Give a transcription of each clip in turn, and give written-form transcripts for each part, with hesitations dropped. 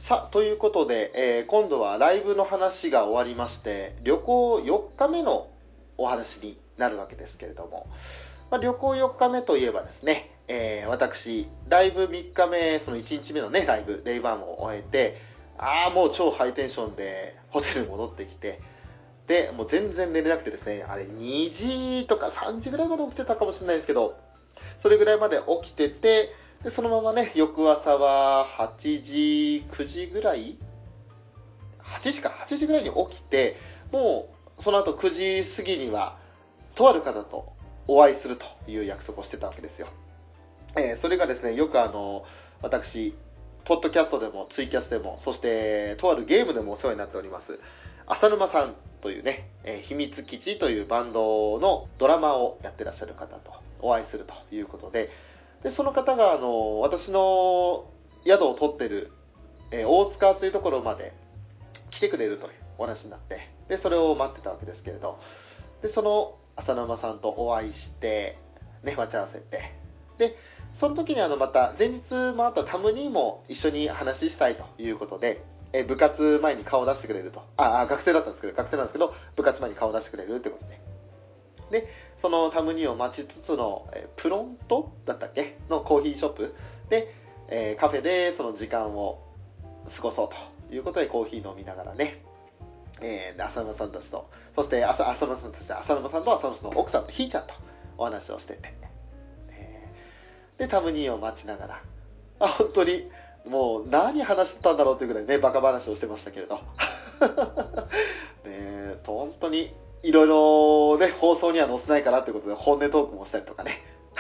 さあ、ということで、今度はライブの話が終わりまして、旅行4日目のお話になるわけですけれども、旅行4日目といえばですね、私、ライブ3日目、その1日目のね、ライブ、デイ1を終えて、もう超ハイテンションでホテルに戻ってきて、で、もう全然寝れなくてですね、あれ2時とか3時ぐらいまで起きてたかもしれないですけど、それぐらいまで起きてて、でそのままね、翌朝は8時、9時ぐらい ?8 時か、8時ぐらいに起きて、もうその後9時過ぎには、とある方とお会いするという約束をしてたわけですよ。それがですね、よく私、ポッドキャストでもツイキャスでも、そしてとあるゲームでもお世話になっております、浅沼さんというね、秘密基地というバンドのドラマをやってらっしゃる方とお会いするということで、その方が私の宿を取ってる、大塚というところまで来てくれるというお話になって、でそれを待ってたわけですけれど、でその浅沼さんとお会いしてね、待ち合わせて、でその時にまた前日もあったタムにも一緒に話したいということで、部活前に顔を出してくれると、学生だったんですけど、学生なんですけど部活前に顔を出してくれるってことで、そのタムニを待ちつつの、プロントだったっけのコーヒーショップで、カフェでその時間を過ごそうということでコーヒー飲みながらね、浅沼さんたちと、そして浅沼さんたち、浅沼さんと浅沼さんの奥さんとひーちゃんとお話をしてて、でタムニーを待ちながら、本当にもう何話してたんだろうっていうぐらいね、バカ話をしてましたけれどね、本当にいろいろね、放送には載せないからということで本音トークもしたりとかね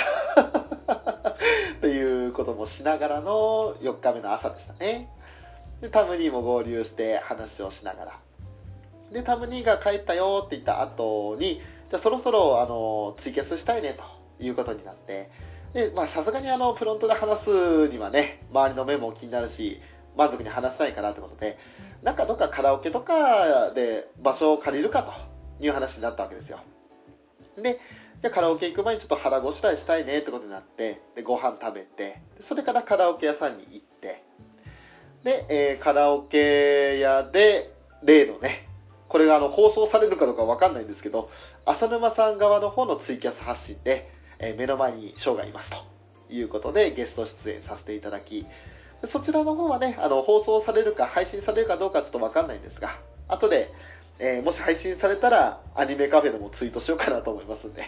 っていうこともしながらの4日目の朝でしたね。でタムニーも合流して話をしながら、でタムニーが帰ったよって言った後に、じゃあそろそろツイキャスしたいねということになって、でさすがにフロントで話すにはね、周りの目も気になるし満足に話せないからってことで、なんかどっかカラオケとかで場所を借りるかという話になったわけですよ。でカラオケ行く前にちょっと腹ごしらえしたいねってことになって、でご飯食べて、それからカラオケ屋さんに行って、で、カラオケ屋で例のね、これが放送されるかどうかわかんないんですけど、浅沼さん側の方のツイキャス発信で、目の前にショーがいますということでゲスト出演させていただき、そちらの方はね、放送されるか配信されるかどうかちょっとわかんないんですが、後で、もし配信されたらアニメカフェでもツイートしようかなと思いますんで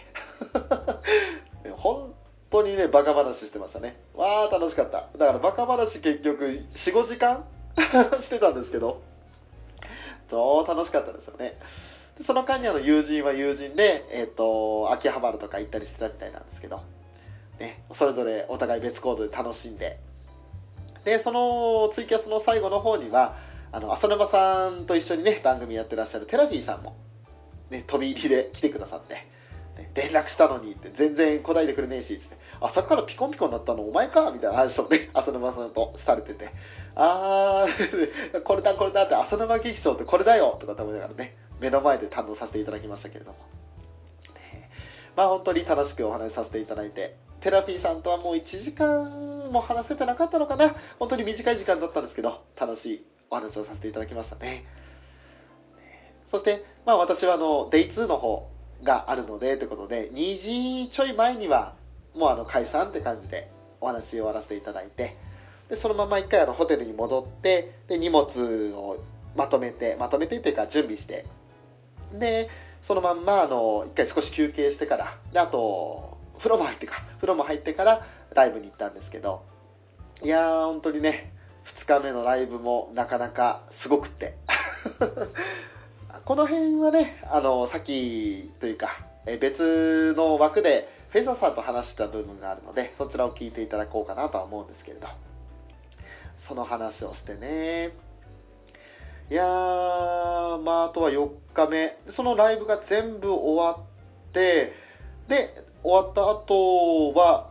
本当にね、バカ話してましたね。わー楽しかった。だからバカ話結局4、5時間してたんですけど、超楽しかったですよね。でその間に友人は友人で、秋葉原とか行ったりしてたみたいなんですけど、ね、それぞれお互い別行動で楽しんで、でそのツイキャスの最後の方には浅沼さんと一緒にね番組やってらっしゃるテラフィーさんも、ね、飛び入りで来てくださって、ね、連絡したのにって全然答えてくれねえしって朝からピコンピコンになったのお前かみたいな話をね浅沼さんとされてて、これだこれだって、浅沼劇場ってこれだよとか思いながらね、目の前で堪能させていただきましたけれども、本当に楽しくお話しさせていただいて、テラピーさんとはもう1時間も話せてなかったのかな、本当に短い時間だったんですけど楽しいお話をさせていただきましたね。そして、私はデイ2の方があるのでということで、2時ちょい前にはもう解散って感じでお話を終わらせていただいて、でそのまま一回ホテルに戻って、で荷物をまとめてというか準備して、でそのまんま一回少し休憩してから、であと風呂も入ってからライブに行ったんですけど、いやー本当にね、2日目のライブもなかなかすごくってこの辺はね、さっきというか、別の枠でフェザーさんと話した部分があるので、そちらを聞いていただこうかなとは思うんですけれど、その話をしてね、いやー、あとは4日目、そのライブが全部終わって、で、終わった後は、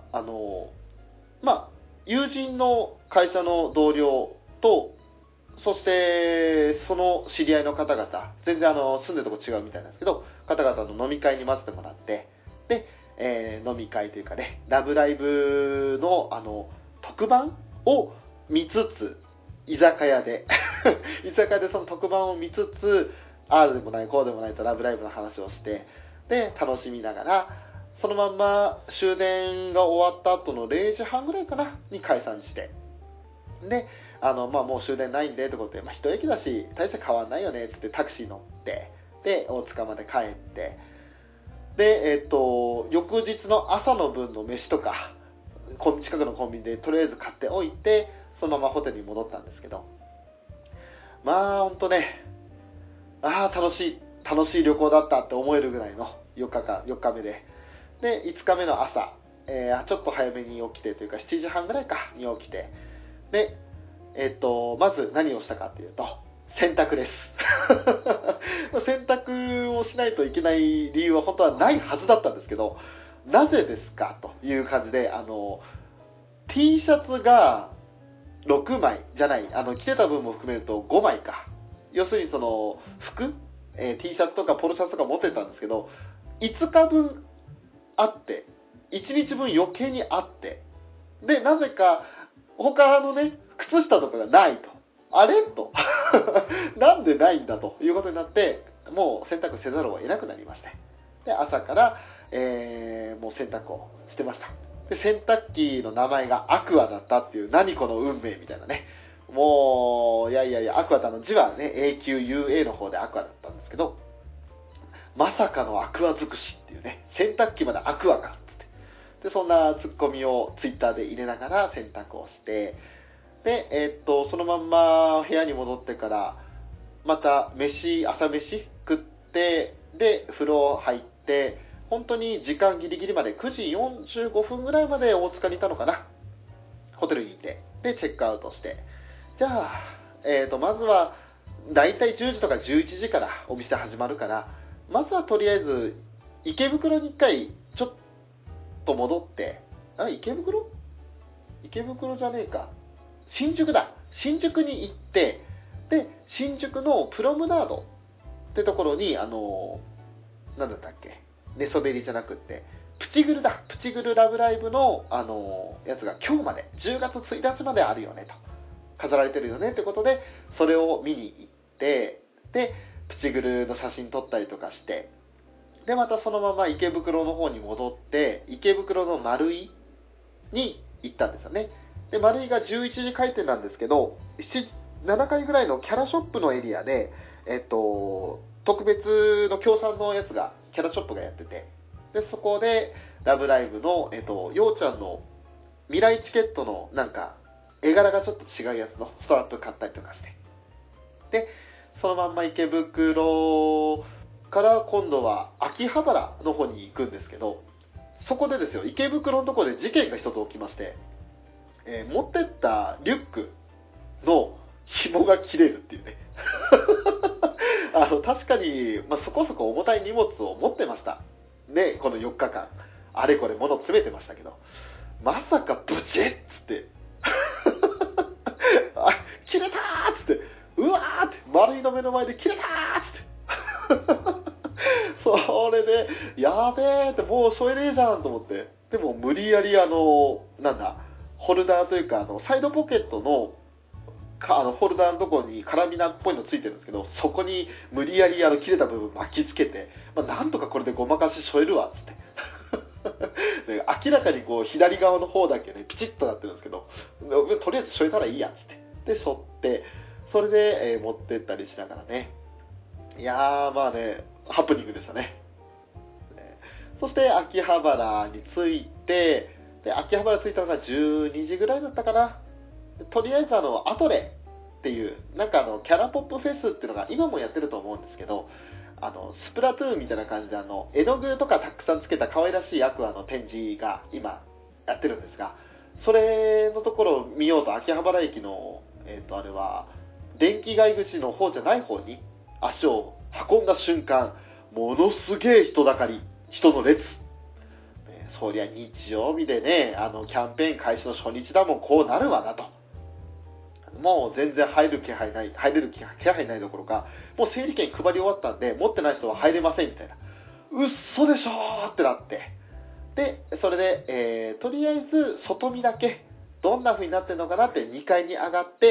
友人の会社の同僚と、そしてその知り合いの方々、全然住んでるとこ違うみたいなんですけど、方々の飲み会に混ぜてもらって、で、飲み会というかね、ラブライブの特番を見つつ、 居酒屋で居酒屋でその特番を見つつ、ああでもないこうでもないとラブライブの話をして、で楽しみながら、そのまんま終電が終わった後の0時半ぐらいかなに解散して、でもう終電ないんでってことで、一駅だし大して変わんないよねっつってタクシー乗って、で大塚まで帰って、で翌日の朝の分の飯とか近くのコンビニでとりあえず買っておいて、そのままホテルに戻ったんですけど、ほんとね、楽しい旅行だったって思えるぐらいの4日目で5日目の朝、ちょっと早めに起きてというか7時半ぐらいかに起きて、でまず何をしたかっていうと洗濯です洗濯をしないといけない理由は本当はないはずだったんですけど、なぜですかという感じで、T シャツが6枚じゃない、着てた分も含めると5枚か、要するにその服、T シャツとかポロシャツとか持ってたんですけど、5日分あって、1日分余計にあって、でなぜか他のね靴下とかがないと、あれとなんでないんだということになって、もう洗濯せざるを得なくなりまして、で朝から、もう洗濯をしてました。で洗濯機の名前がアクアだったっていう、何この運命みたいなね、もういやアクアって字はね AQUA の方でアクアだったんですけど、まさかのアクア尽くしっていうね、洗濯機までアクアかっつって、でそんなツッコミをツイッターで入れながら洗濯をして、でそのまんま部屋に戻ってからまた朝飯食って、で風呂入って、本当に時間ギリギリまで9時45分ぐらいまで大塚にいたのかな、ホテルにいて、でチェックアウトして、じゃあ、まずはだいたい10時とか11時からお店始まるから、まずはとりあえず池袋に1回ちょっと戻って、池袋じゃねえか、新宿に行って、で新宿のプロムナードってところになんだったっけ、寝そべりじゃなくってプチグルだ、プチグルラブライブのやつが今日まで10月1日まであるよねと、飾られてるよねってことで、それを見に行って、でプチグルの写真撮ったりとかして、でまたそのまま池袋の方に戻って、池袋の丸井に行ったんですよね。で丸井が11時開店なんですけど、7階ぐらいのキャラショップのエリアで、特別の協賛のやつがキャラショップがやってて、でそこでラブライブの、ようちゃんの未来チケットのなんか絵柄がちょっと違うやつのストラップ買ったりとかして、でそのまんま池袋から今度は秋葉原の方に行くんですけど、そこでですよ、池袋のところで事件が一つ起きまして、持ってったリュックの紐が切れるっていうね確かに、そこそこ重たい荷物を持ってましたね、この4日間あれこれ物詰めてましたけど、まさかブチッつってあ切れたーっつって、うわーって丸いの目の前で切れたーっつってそれでやべえって、もう添えねえじゃんと思って、でも無理やりなんだ、ホルダーというかサイドポケットのホルダーのところにカラビナっぽいのついてるんですけど、そこに無理やり切れた部分巻きつけて、なんとかこれでごまかし添えるわっつってで明らかにこう左側の方だけねピチッとなってるんですけど、とりあえず添えたらいいやっつって、で沿って、それで、持ってったりしながらね、いやーハプニングでしたね。そして秋葉原に着いて、で秋葉原着いたのが12時ぐらいだったかな。とりあえずアトレっていうなんかキャラポップフェスっていうのが今もやってると思うんですけど、スプラトゥーンみたいな感じで絵の具とかたくさんつけた可愛らしいアクアの展示が今やってるんですが、それのところを見ようと秋葉原駅のあれは電気街口の方じゃない方に足を運んだ瞬間、ものすげえ人だかり、人の列、そりゃ日曜日でねキャンペーン開始の初日だもん、こうなるわなと。もう全然入れる気配ないどころか、もう整理券配り終わったんで持ってない人は入れませんみたいな、うっそでしょーってなって、でそれで、とりあえず外見だけどんな風になってるのかなって2階に上がって、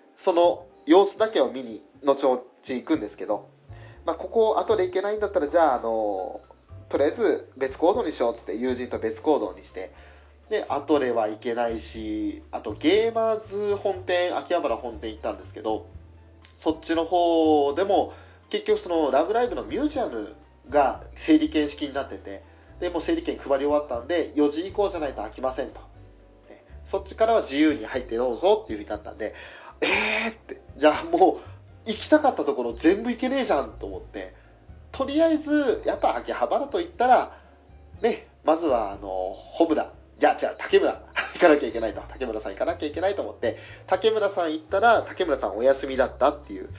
その様子だけを見に後々行くんですけど、ここ後で行けないんだったら、じゃあ、とりあえず別行動にしようっつって友人と別行動にして、で、後では行けないし、あとゲーマーズ本店、秋葉原本店行ったんですけど、そっちの方でも結局そのラブライブのミュージアムが整理券式になってて、でもう整理券配り終わったんで4時以降じゃないと開きませんと、そっちからは自由に入ってどうぞっていう風になったんで、ってじゃあもう行きたかったところ全部行けねえじゃんと思って、とりあえずやっぱ秋葉原といったらね、まずはホムラ、じゃあ竹村行かなきゃいけないと、竹村さん行かなきゃいけないと思って、竹村さん行ったら竹村さんお休みだったっていう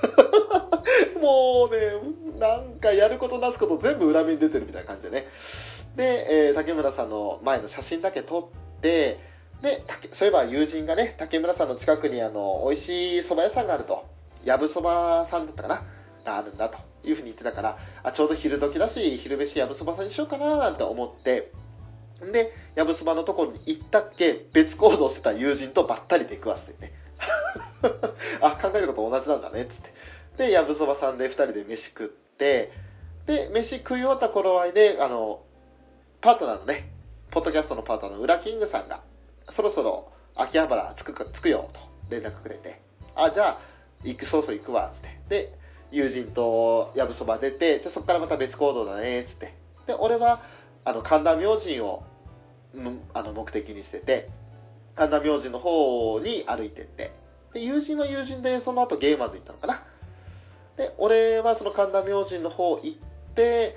もうね、なんかやることなすこと全部裏目に出てるみたいな感じでね。で、竹村さんの前の写真だけ撮って、で、そういえば友人がね、竹村さんの近くに美味しい蕎麦屋さんがあると、やぶそばさんだったかながあるんだというふうに言ってたから、ちょうど昼時だし、昼飯やぶそばさんにしようかななんて思って、で、やぶそばのところに行ったっけ、別行動してた友人とばったり出くわしてね。考えること同じなんだね、つって。で、やぶそばさんで2人で飯食って、で、飯食い終わった頃合いで、パートナーのね、ポッドキャストのパートナーのウラキングさんが、そろそろ秋葉原着くよ、と連絡くれて、じゃあ、そろそろ行くわ、つって。で、友人とやぶそば出て、そこからまた別行動だね、つって。で、俺は、神田明神を、目的にしてて、神田明神の方に歩いてって、で、友人は友人で、その後ゲーマーズ行ったのかな。で、俺はその神田明神の方行って、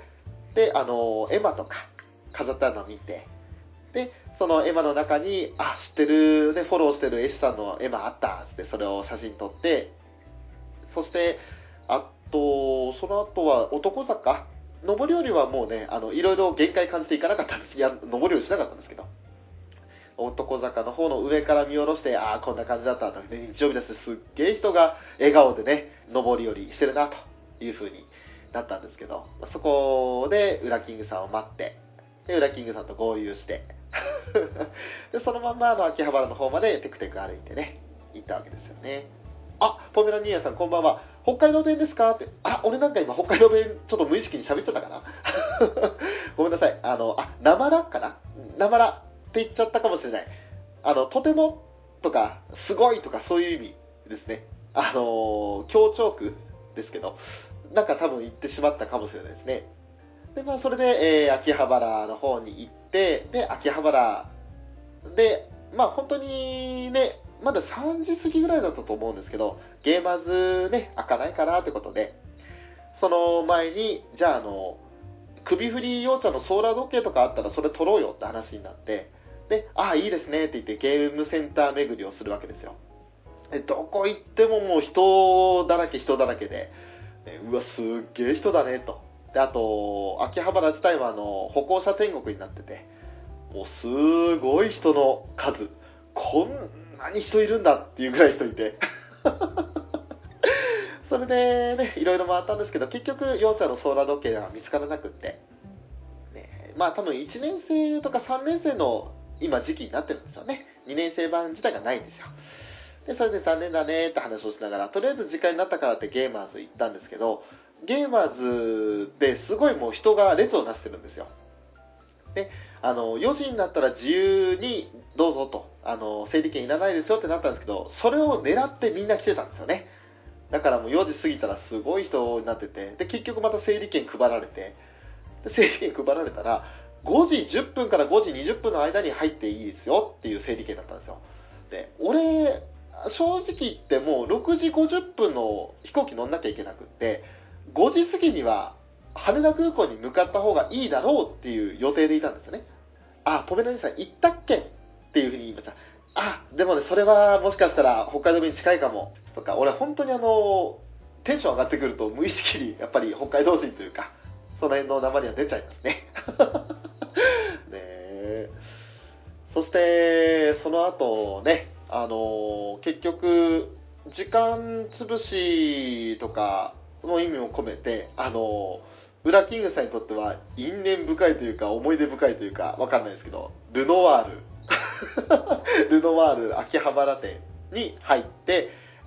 で、絵馬とか飾ってあるのを見て、で、その絵馬の中に、知ってる、ね、フォローしてる絵師さんの絵馬あったっつって、それを写真撮って、そして、その後は男坂上り下りはもうね、いろいろ限界感じていかなかったんです。いや、上り下りしなかったんですけど、男坂の方の上から見下ろして、こんな感じだったんだ、ね、日曜日です。すっげえ人が笑顔でね、上り下りしてるな、という風になったんですけど、そこで、ウラキングさんを待って、で、ウラキングさんと合流して、で、そのまんま秋葉原の方までテクテク歩いてね、行ったわけですよね。ポメラニーヤさんこんばんは。北海道弁ですかって。俺なんか今北海道弁ちょっと無意識に喋ってたかなごめんなさい。なまらかななまらって言っちゃったかもしれない。とてもとか、すごいとかそういう意味ですね。強調句ですけど、なんか多分言ってしまったかもしれないですね。で、それで、秋葉原の方に行って、で、秋葉原で、本当にね、まだ3時過ぎぐらいだったと思うんですけど、ゲーマーズね、開かないかなってことで、その前に、じゃあ首振り陽ちゃんのソーラー時計とかあったらそれ取ろうよって話になって、で、いいですねって言ってゲームセンター巡りをするわけですよ。どこ行ってももう人だらけで、うわ、すっげえ人だねと。で、あと、秋葉原自体は歩行者天国になってて、もうすごい人の数、こんなに人いるんだっていうぐらい人いてそれでね、いろいろ回ったんですけど、結局陽ちゃんのソーラー時計が見つからなくって、多分1年生とか3年生の今時期になってるんですよね。2年生版自体がないんですよ。で、それで残念だねって話をしながら、とりあえず時間になったからってゲーマーズ行ったんですけど、ゲーマーズですごいもう人が列をなしてるんですよ。で、4時になったら自由にどうぞと、整理券いらないですよってなったんですけど、それを狙ってみんな来てたんですよね。だからもう4時過ぎたらすごい人になってて、で、結局また整理券配られて、で整理券配られたら、5時10分から5時20分の間に入っていいですよっていう整理券だったんですよ。で、俺、正直言ってもう6時50分の飛行機乗んなきゃいけなくって、5時過ぎには羽田空港に向かった方がいいだろうっていう予定でいたんですよね。ポメラニさん行ったっけっていうふうに言いました。でもね、それはもしかしたら北海道弁に近いかも。とか、俺本当にテンション上がってくると無意識にやっぱり北海道人というか、その辺の訛りは出ちゃいますね。ねえ。そして、その後ね、結局、時間潰しとかの意味も込めて、ウラキングさんにとっては因縁深いというか思い出深いというかわかんないですけど、ルノワールルノワール秋葉原店に入って、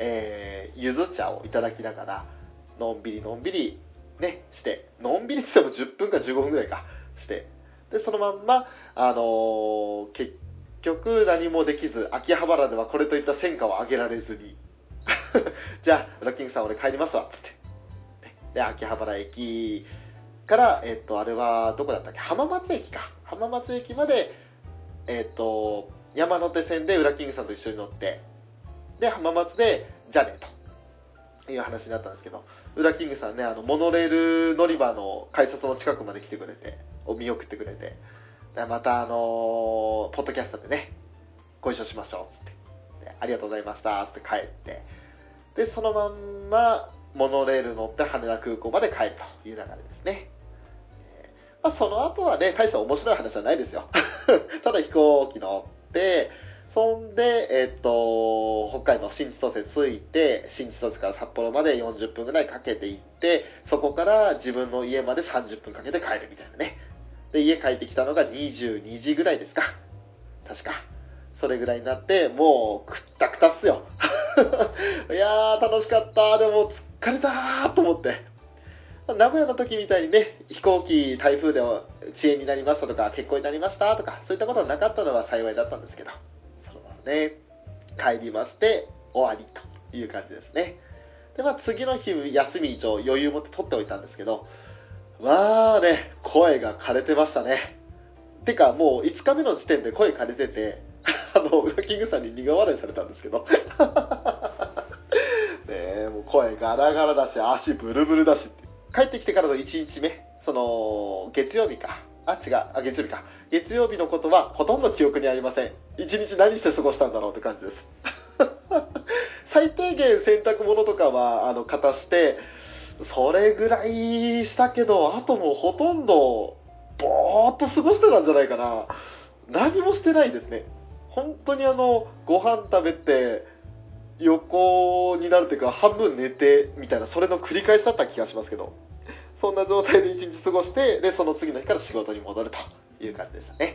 ゆず茶をいただきながら、のんびりのんびりね、して、のんびりしても10分か15分ぐらいかして、で、そのまんま、結局何もできず、秋葉原ではこれといった戦果を上げられずに、じゃあ、ウラキングさん俺帰りますわ、つって。で、秋葉原駅から、あれはどこだったっけ、浜松駅か。浜松駅まで、山手線でウラキングさんと一緒に乗って、で、浜松で、じゃあね、という話になったんですけど、ウラキングさんね、モノレール乗り場の改札の近くまで来てくれて、見送ってくれて、またポッドキャストでね、ご一緒しましょう、つって。ありがとうございました、って帰って、で、そのまんま、モノレール乗って羽田空港まで帰るという流れですね。まあ、その後はね、大した面白い話はないですよ。ただ飛行機乗って、そんで、北海道新千歳着いて、新千歳から札幌まで40分ぐらいかけて行って、そこから自分の家まで30分かけて帰るみたいなね。で、家帰ってきたのが22時ぐらいですか。確か。それぐらいになって、もう、くったくたっすよ。いやー、楽しかった。でも、疲れたーと思って。名古屋の時みたいにね、飛行機、台風で遅延になりましたとか、欠航になりましたとか、そういったことはなかったのは幸いだったんですけど、そのままね、帰りまして、終わりという感じですね。で、まあ次の日、休み一応余裕持って取っておいたんですけど、まあね、声が枯れてましたね。てか、もう5日目の時点で声枯れてて、ウラキングさんに苦笑いされたんですけど、ね、もう声ガラガラだし、足ブルブルだしって。帰ってきてからの1日目、月曜日か。月曜日か。月曜日のことはほとんど記憶にありません。1日何して過ごしたんだろうって感じです。最低限洗濯物とかは、片して、それぐらいしたけど、あともうほとんど、ぼーっと過ごしてたんじゃないかな。何もしてないですね。本当にご飯食べて、横になるというか半分寝てみたいな、それの繰り返しだった気がしますけど、そんな状態で一日過ごして、でその次の日から仕事に戻るという感じでしたね。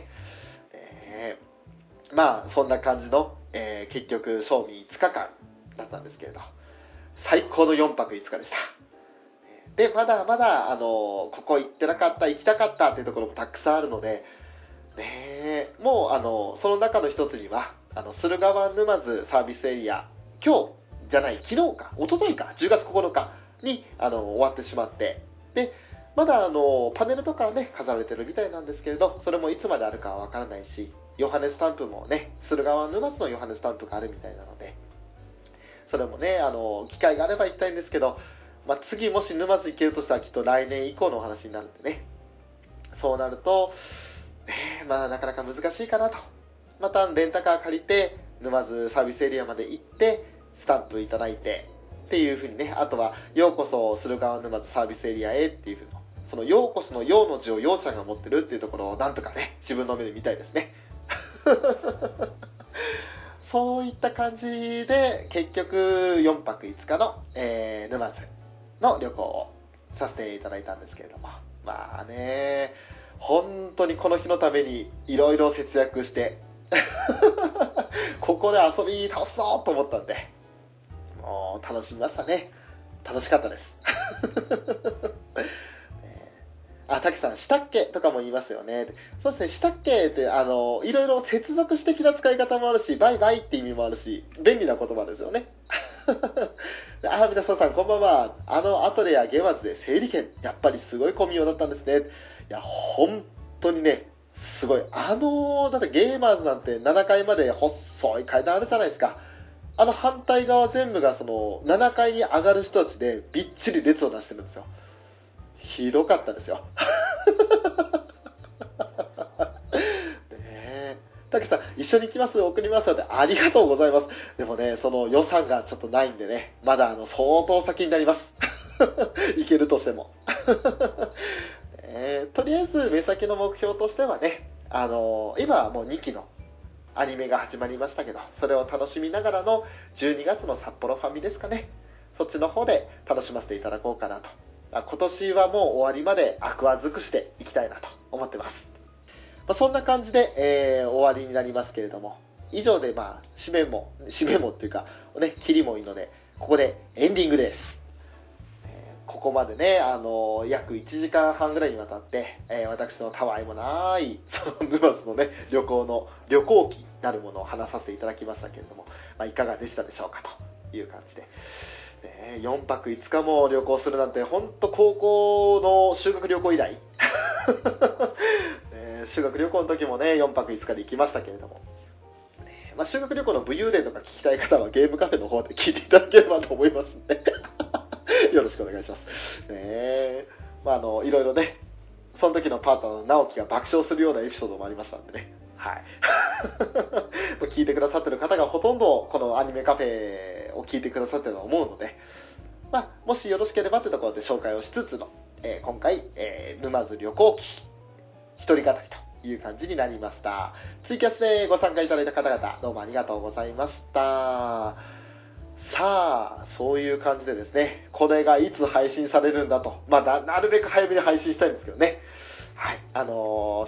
まあそんな感じの、結局賞味5日間だったんですけれど、最高の4泊5日でした。でまだまだここ行ってなかった、行きたかったっていうところもたくさんあるので、もうその中の一つには駿河湾沼津サービスエリア、今日じゃない、昨日か一昨日か、10月9日に終わってしまって、でまだパネルとかはね飾られてるみたいなんですけれど、それもいつまであるかはわからないし、ヨハネスタンプもね、駿河湾沼津のヨハネスタンプがあるみたいなので、それもね機会があれば行きたいんですけど、まあ、次もし沼津行けるとしたらきっと来年以降のお話になるんでね、そうなるとまあなかなか難しいかなと。またレンタカー借りて沼津サービスエリアまで行ってスタンプいただいてっていうふうにね、あとはようこそ駿河湾沼津サービスエリアへっていうふうに、そのようこそのようの字をようちゃんが持ってるっていうところをなんとかね自分の目で見たいですね。そういった感じで結局4泊5日の、沼津の旅行をさせていただいたんですけれども、まあね、本当にこの日のためにいろいろ節約してここで遊び倒すぞと思ったんで、もう楽しみましたね。楽しかったです。滝さん、したっけとかも言いますよね。そうですね、したっけって、いろいろ接続詞的な使い方もあるし、バイバイって意味もあるし、便利な言葉ですよね。皆さん、こんばんは。アトレやゲマズで整理券、やっぱりすごい混みようだったんですね。いや、本当にね、すごい。だってゲーマーズなんて7階まで細い階段あるじゃないですか。反対側全部が7階に上がる人たちでびっちり列を出してるんですよ。ひどかったですよ。たけさん、一緒に行きます、送りますって、ありがとうございます。でもね、その予算がちょっとないんでね、まだ相当先になります。行けるとしても。とりあえず、目先の目標としてはね、今はもう2期のアニメが始まりましたけど、それを楽しみながらの12月の札幌ファミですかね。そっちの方で楽しませていただこうかなと。今年はもう終わりまでアクア尽くしていきたいなと思ってます。そんな感じで、終わりになりますけれども、以上で締めもっていうか、ね、切りもいいので、 ここでエンディングです。ここまでね、約1時間半ぐらいにわたって、私のたわいもない、その沼津のね、旅行記なるものを話させていただきましたけれども、いかがでしたでしょうかという感じで。4泊5日も旅行するなんて、ほんと高校の修学旅行以来修学旅行の時もね、4泊5日で行きましたけれども、修学旅行の武勇伝とか聞きたい方はゲームカフェの方で聞いていただければと思いますのでよろしくお願いします。いろいろね、その時のパートナーの直樹が爆笑するようなエピソードもありましたんでね。はい。聞いてくださってる方がほとんどこのアニメカフェを聞いてくださってると思うので、もしよろしければというところで紹介をしつつの、今回、沼津旅行記一人語りという感じになりました。ツイキャスでご参加いただいた方々、どうもありがとうございました。さあ、そういう感じでですね、これがいつ配信されるんだと、なるべく早めに配信したいんですけどね。はい、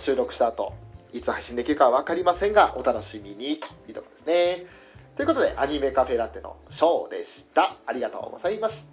収録した後、いつ配信できるかは分かりませんが、お楽しみにというところですね。ということで、アニメカフェラテのショーでした。ありがとうございました。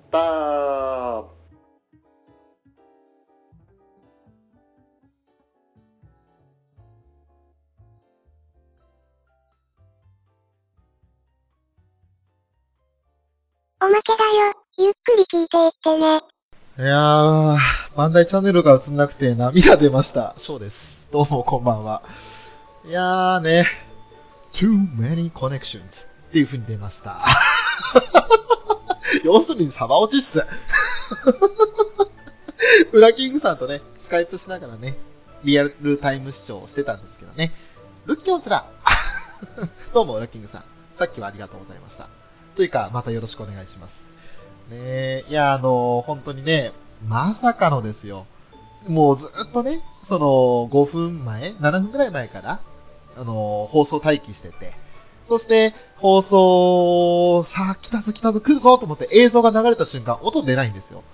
おまけだよ。ゆっくり聞いていってね。 いやー、バンダイチャンネルが映んなくて涙出ました。ショーです。どうもこんばんは。いやーね、too many connections っていう風に出ました。要するにサバ落ちっす。ウラキングさんとね、スカイプしながらね、リアルタイム視聴してたんですけどね。ルッキョンスラどうもウラキングさん。さっきはありがとうございました。というか、またよろしくお願いします。ねいや、本当にね、まさかのですよ。もうずっとね、その、5分前 ?7 分くらい前から、放送待機してて、そして、放送、さあ、来たぞ来たぞ来るぞと思って映像が流れた瞬間、音出ないんですよ。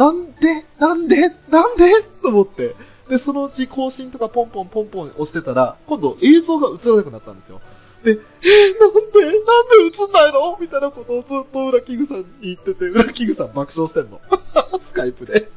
なんでと思って。で、そのうち更新とかポンポンポンポン押してたら、今度映像が映らなくなったんですよ。で、なんで映んないのみたいなことをずっとウラキングさんに言ってて、ウラキングさん爆笑してんの。スカイプで。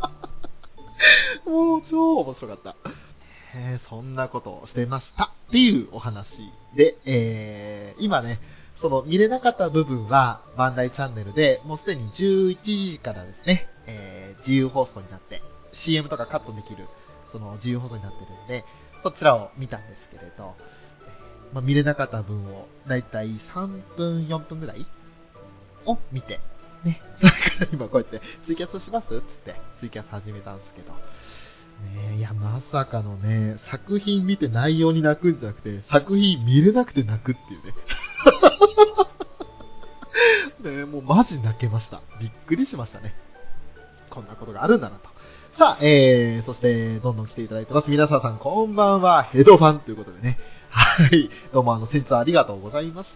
もう超面白かった。そんなことをしてましたっていうお話で、今ね、その見れなかった部分はバンダイチャンネルでもうすでに11時からですね、自由放送になって CM とかカットできるその自由放送になってるんで、そちらを見たんですけれど、見れなかった分をだいたい3分4分ぐらいを見て、ね、それから今こうやってツイキャスしますつってツイキャス始めたんですけど、ねえ、いや、まさかのね、作品見て内容に泣くんじゃなくて、作品見れなくて泣くっていうね。ねえ、もうマジ泣けました。びっくりしましたね。こんなことがあるんだなと。さあ、そして、どんどん来ていただいてます。皆さんこんばんは、ヘドファンということでね。はい。どうも先日はありがとうございました。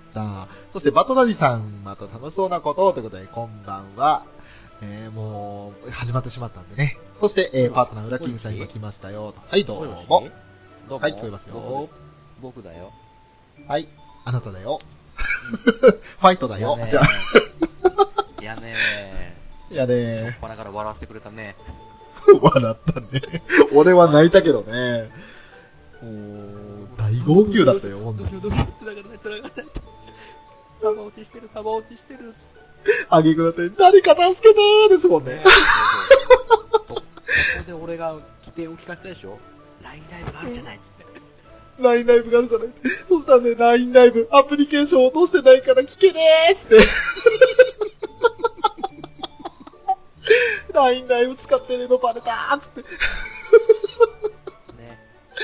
そして、バトナリさん、また楽しそうなことをということで、こんばんは。もう、始まってしまったんでね。そして、パートナー、ウラキングさん今来ましたよ。はい、どうも。 どうも。 はい、聞こえますよ。 僕だよ。 はい、あなただよ。ファイトだよ。じゃあ。 いやねいやしょっねぱなから笑わせてくれたね。 笑ったね。俺は泣いたけどね。もう、大号泣だったよ、ほんとに。 繋がらない。サバ落ちしてる。 あげくだって、誰か助けてーですもんね。 そう。ここで俺が起点を聞かせたでしょ。LINE ライブがあるじゃないっつって。 LINE ライブがあるじゃない。そしたらね、LINE ライブ、アプリケーション落としてないから聞けねーって。LINE ライブ使ってるのバレたーっつって。 ね。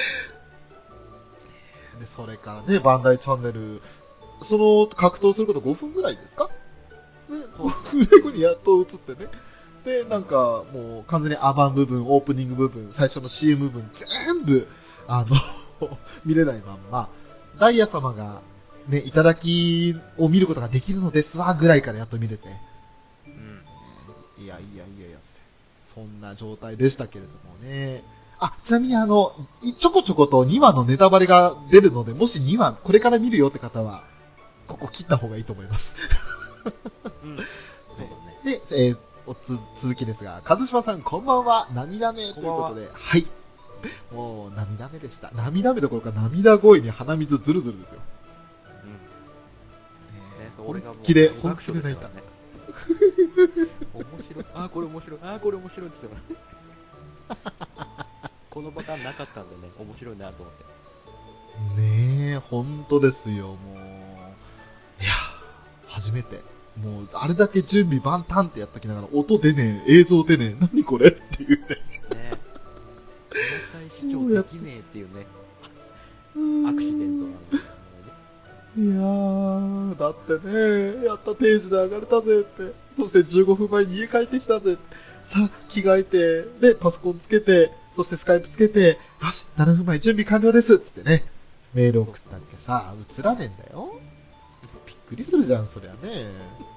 で、それからね、バンダイチャンネル、その、格闘すること5分ぐらいですかね、5分後にやっと映ってね。で、なんか、もう完全にアバン部分、オープニング部分、最初の CM 部分、全部、見れないまんま、ダイヤ様が、ね、いただきを見ることができるのですわ、ぐらいからやっと見れて。いや、そんな状態でしたけれどもね。あ、ちなみにちょこちょこと2話のネタバレが出るので、もし2話これから見るよって方は、ここ切った方がいいと思います。 うん。そうだね。 で、続きですが、和島さんこんばんは、涙目ということで、はい。もう涙目でした。涙目どころか涙声に鼻水ズルズルですよ。 うん。ね、 本俺がもう気で、 大本気で泣いた爆笑ですから。ね。面白い。あー、これ面白い。あー、これ面白いって言ってたから。このパターンなかったんでね、面白いなと思って。 ねえ、本当ですよ、もう。いやー、初めて。もう、あれだけ準備万端ってやっときながら、音出ねえ、映像出ねえ、何これっていうね。 ね、裏再視聴できねえっていうね、アクシデントなので、ね。 いやー、だってね、やった定時で上がれたぜって。そして15分前に家帰ってきたぜ。さあ、着替えて、で、パソコンつけて、そしてスカイプつけて、よし、7分前準備完了ですってね。メール送ったってさ、映らねえんだよ。びっくりするじゃん、そりゃね。いや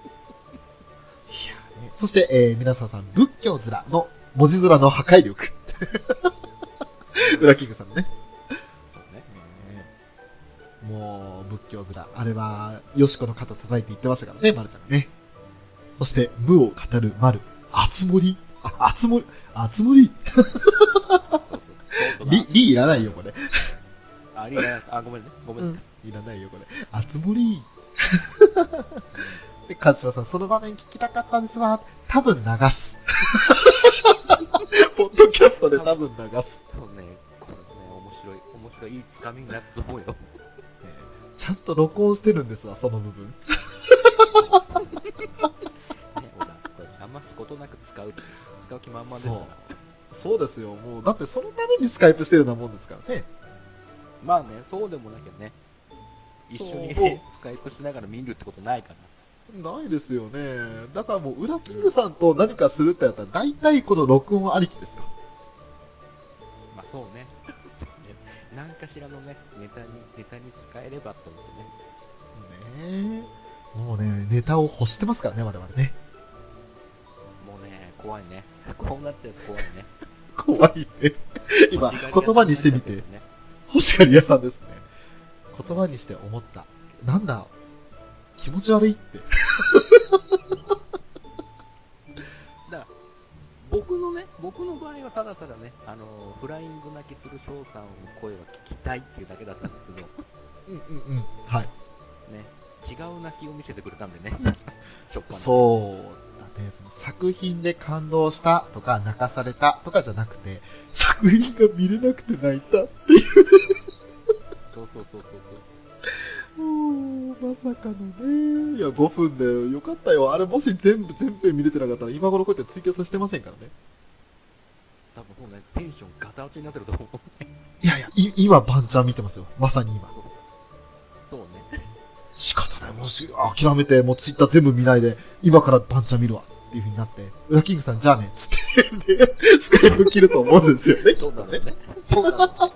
ね。そして、皆さん、仏教面の、文字面の破壊力。ウラキングさんね。 そうね。 もう、仏教面。あれは、よしこの肩叩いて言ってましたからね、まるちゃんがね。そして、無を語る丸。あつ森。あつ森。あつ森。 そうそう。そうリいらないよ、これ。 あ、リーが、あ、ごめんね。ごめんね。 いらないよ、これ。あつ森。で、カズシさん、その場面聞きたかったんですが、多分流す。ポッドキャストで多分流す。 そうね、これね、面白い、いいつかみになったと思うよ。 ちゃんと録音してるんですわ、その部分。 ね、ほら、これ余すことなく使う気満々ですから。 そうですよ、もう、だってそのためにスカイプしてるようなもんですからね。 まあね、そうでもなきゃね、一緒にそうね、スカイプしながら見るってことないから。 ないですよね。だからもう、ウラキングさんと何かするってやったら、大体この録音ありきですか。 まあそうね。何かしらのね、ネタに使えればと思ってね。 ねえ。もうね、ネタを欲してますからね、我々ね。 もうね、怖いね。こうなってると怖いね。 怖いね。今、 欲しがり屋言葉にしてみてさんになっちゃうけど、ね。 欲しがり屋さんですね。言葉にして思った。なんだ、気持ち悪いって。 だから、僕の場合はただただね、フライング泣きする翔さんの声は聞きたいっていうだけだったんですけど、 はい。 ね、違う泣きを見せてくれたんでね、しょっぱなね。 そうだね。その作品で感動したとか泣かされたとかじゃなくて、作品が見れなくて泣いたっていう。 そうそうそうそうもう、まさかのね。いや、5分でよかったよ。あれもし全編見れてなかったら今頃こうやってツイキャスしてませんからね。 多分もうね、テンションガタ落ちになってると思う。 いやいや、今、バンチャン見てますよ。まさに今。 そうね。 仕方ない。もし、諦めて、もうツイッター全部見ないで、今からバンチャン見るわ。っていう風になって、ウラキングさんじゃあね、つって、で、スカイプ切ると思うんですよね。 そうだろうね。そうだろうね。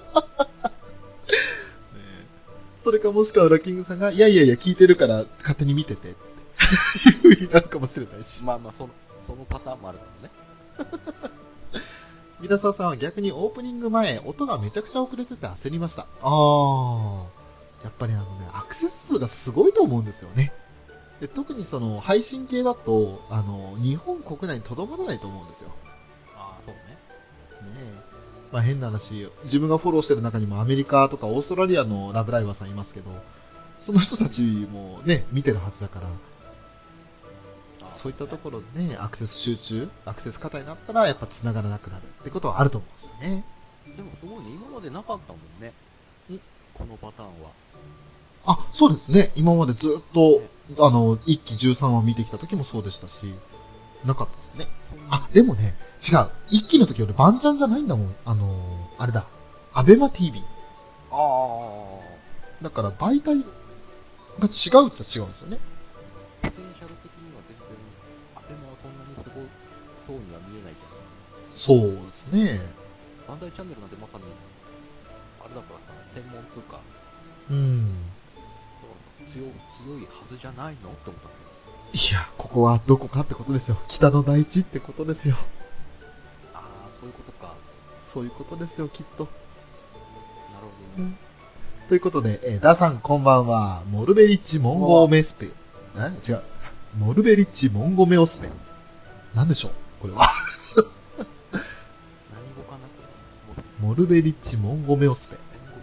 それかもしくはウラキングさんが、いやいやいや、聞いてるから勝手に見てて、っていう風になるかもしれないし。 まあまあ、そのパターンもあるからね。 皆さんは逆にオープニング前、音がめちゃくちゃ遅れてて焦りました。やっぱりアクセス数がすごいと思うんですよね。で特にその配信系だと、日本国内にとどまらないと思うんですよ。 ああ、そうね。 ねえ。まあ変な話、自分がフォローしてる中にもアメリカとかオーストラリアのラブライバーさんいますけど、その人たちもね、見てるはずだから、そういったところでね、アクセス集中、アクセス過多になったらやっぱ繋がらなくなるってことはあると思うんですよね。 でもすごいね、今までなかったもんね。このパターンは。 あ、そうですね。今までずっと、1期13話見てきた時もそうでしたし、なかったですね。あ、でもね、違う。1期の時俺バンジャンじゃないんだもん。あれだ。アベマ TV。 ああ、 だから媒体が違うっちゃ違うんですよね。 ポテンシャル的には全然、アベマはそんなにすごそうには見えないじゃん。 そうですね。 バンダイチャンネルなんてまさに、あれだからさ、専門通貨、だかうん。 らさ、強いはずじゃないのって思ったんだけど。 いや、ここはどこかってことですよ。北の大地ってことですよ。 ああ、そういうことか。 そういうことですよ、きっと。 なるほどね。 ということで、ダーさんこんばんは。モルベリッチモンゴーメスペ。違う。 モルベリッチモンゴメオスペ。なんでしょうこれは。 何語かなこれ。 モルベリッチモンゴメオスペ。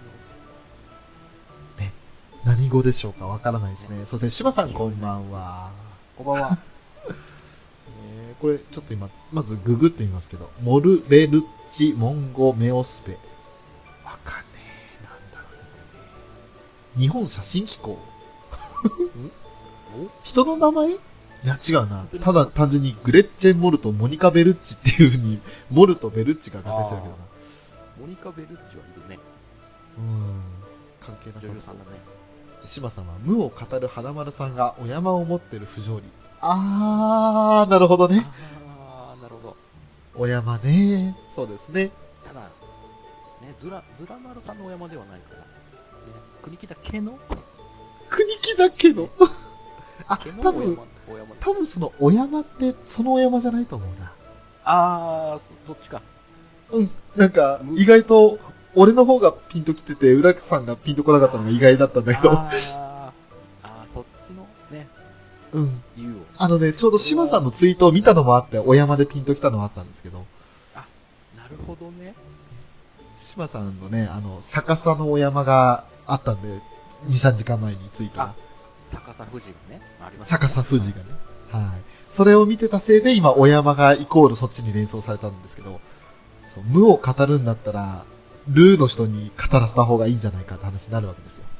ね。何語でしょうかわからないですね。そして、柴さんこんばんは。 こんばんは。 これ、ちょっと今、まずググってみますけど、モルベルッチモンゴメオスペ。わかんねえ。なんだろうね、これね。日本写真機構。人の名前いや、違うな。ただ単純にグレッチェン・モルとモニカ・ベルッチっていう風に、モルとベルッチが合体してるけどな。 モニカ・ベルッチはいるね。 関係なさそう。 女優さんだね。 柴さんは無を語る花丸さんがお山を持ってる不条理。なるほどね。 なるほど。 お山ね。そうですね。 ただ、ね、ズラ丸さんのお山ではないから。ね、国木だけの国木だけど。多分そのお山って、そのお山じゃないと思うな。 そっちか。 なんか、意外と、俺の方がピンときてて、浦木さんがピンとこなかったのが意外だったんだけど。 そっちのね。 ちょうど島さんのツイートを見たのもあって、お山でピンときたのもあったんですけど。 なるほどね。 島さんのね、逆さのお山があったんで、2、3時間前にツイートが。 逆さ富士がね。 逆さ富士がね。はい。それを見てたせいで、今、お山がイコールそっちに連想されたんですけど、無を語るんだったら、ルーの人に語らせた方がいいんじゃないかって話になるわけですよ。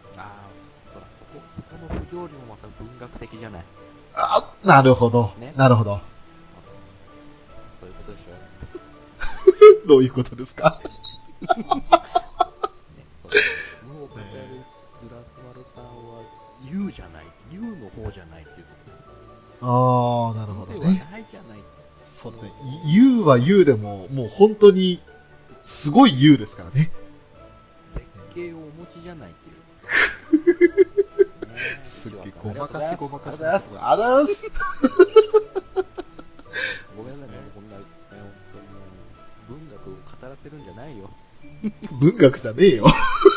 そこの不条理もまた文学的じゃない。 なるほど。ね、なるほど。 そういうことでしょどういうことですか無を語るズラスマルさんは、優じゃない。優の方じゃないっていうところ。 なるほどね。 ではないじゃない。 そうですね。優は優でも、もう本当に、すごい優ですからね。 絶景をお持ちじゃないっていう。 すっげえごまかしごまかし。 ありがとうございます。 ありがとうございます。 ごめんなさいね、こんな、本当に文学を語らせるんじゃないよ。 文学じゃねえよ。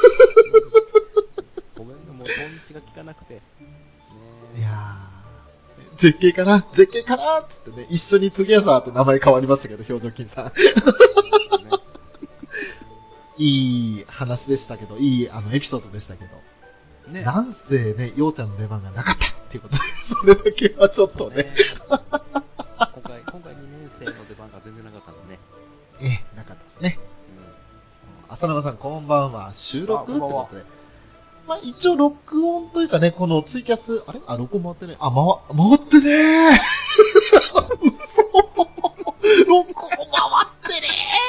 ごめんね、もうトンチが効かなくて。 いやー、絶景かなっつってね、一緒にトゥギャザーって名前変わりましたけど、表情筋さん。いい話でしたけど、いいエピソードでしたけど。ね、なんせね、ようちゃんの出番がなかったっていうことで、それだけはちょっとね。 今回2年生の出番が全然なかったんでね。 なかったですね。浅沼さんこんばんは。収録ってことで。まあ、一応録音というかね、このツイキャス、録音回ってね。回ってねー録音回ってね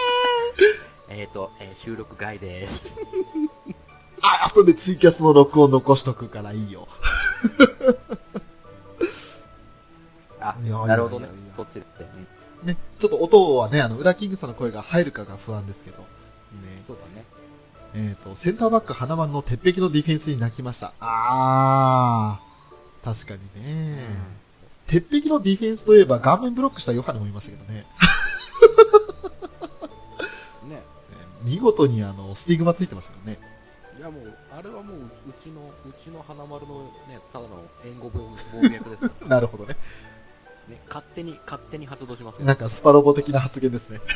ー収録外です。 後でツイキャスの録音残しとくからいいよ。 なるほどね。そっちで。 ね、ちょっと音はね、ウラキングさんの声が入るかが不安ですけど。ね。 そうだね。 センターバック花丸の鉄壁のディフェンスに泣きました。確かにね、鉄壁のディフェンスといえば顔面ブロックしたヨハネもいましたけどね。ね。見事にスティグマついてましたけどね。 いやもう、あれはもう、うちの花丸のね、ただの援護防御役ですから。 なるほどね。 ね、勝手に発動しますよ。 なんかスパロボ的な発言ですね。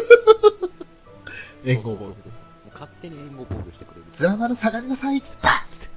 援護防御。 勝手に援護防御してくれる。 ズラ丸下がりなさいっつって。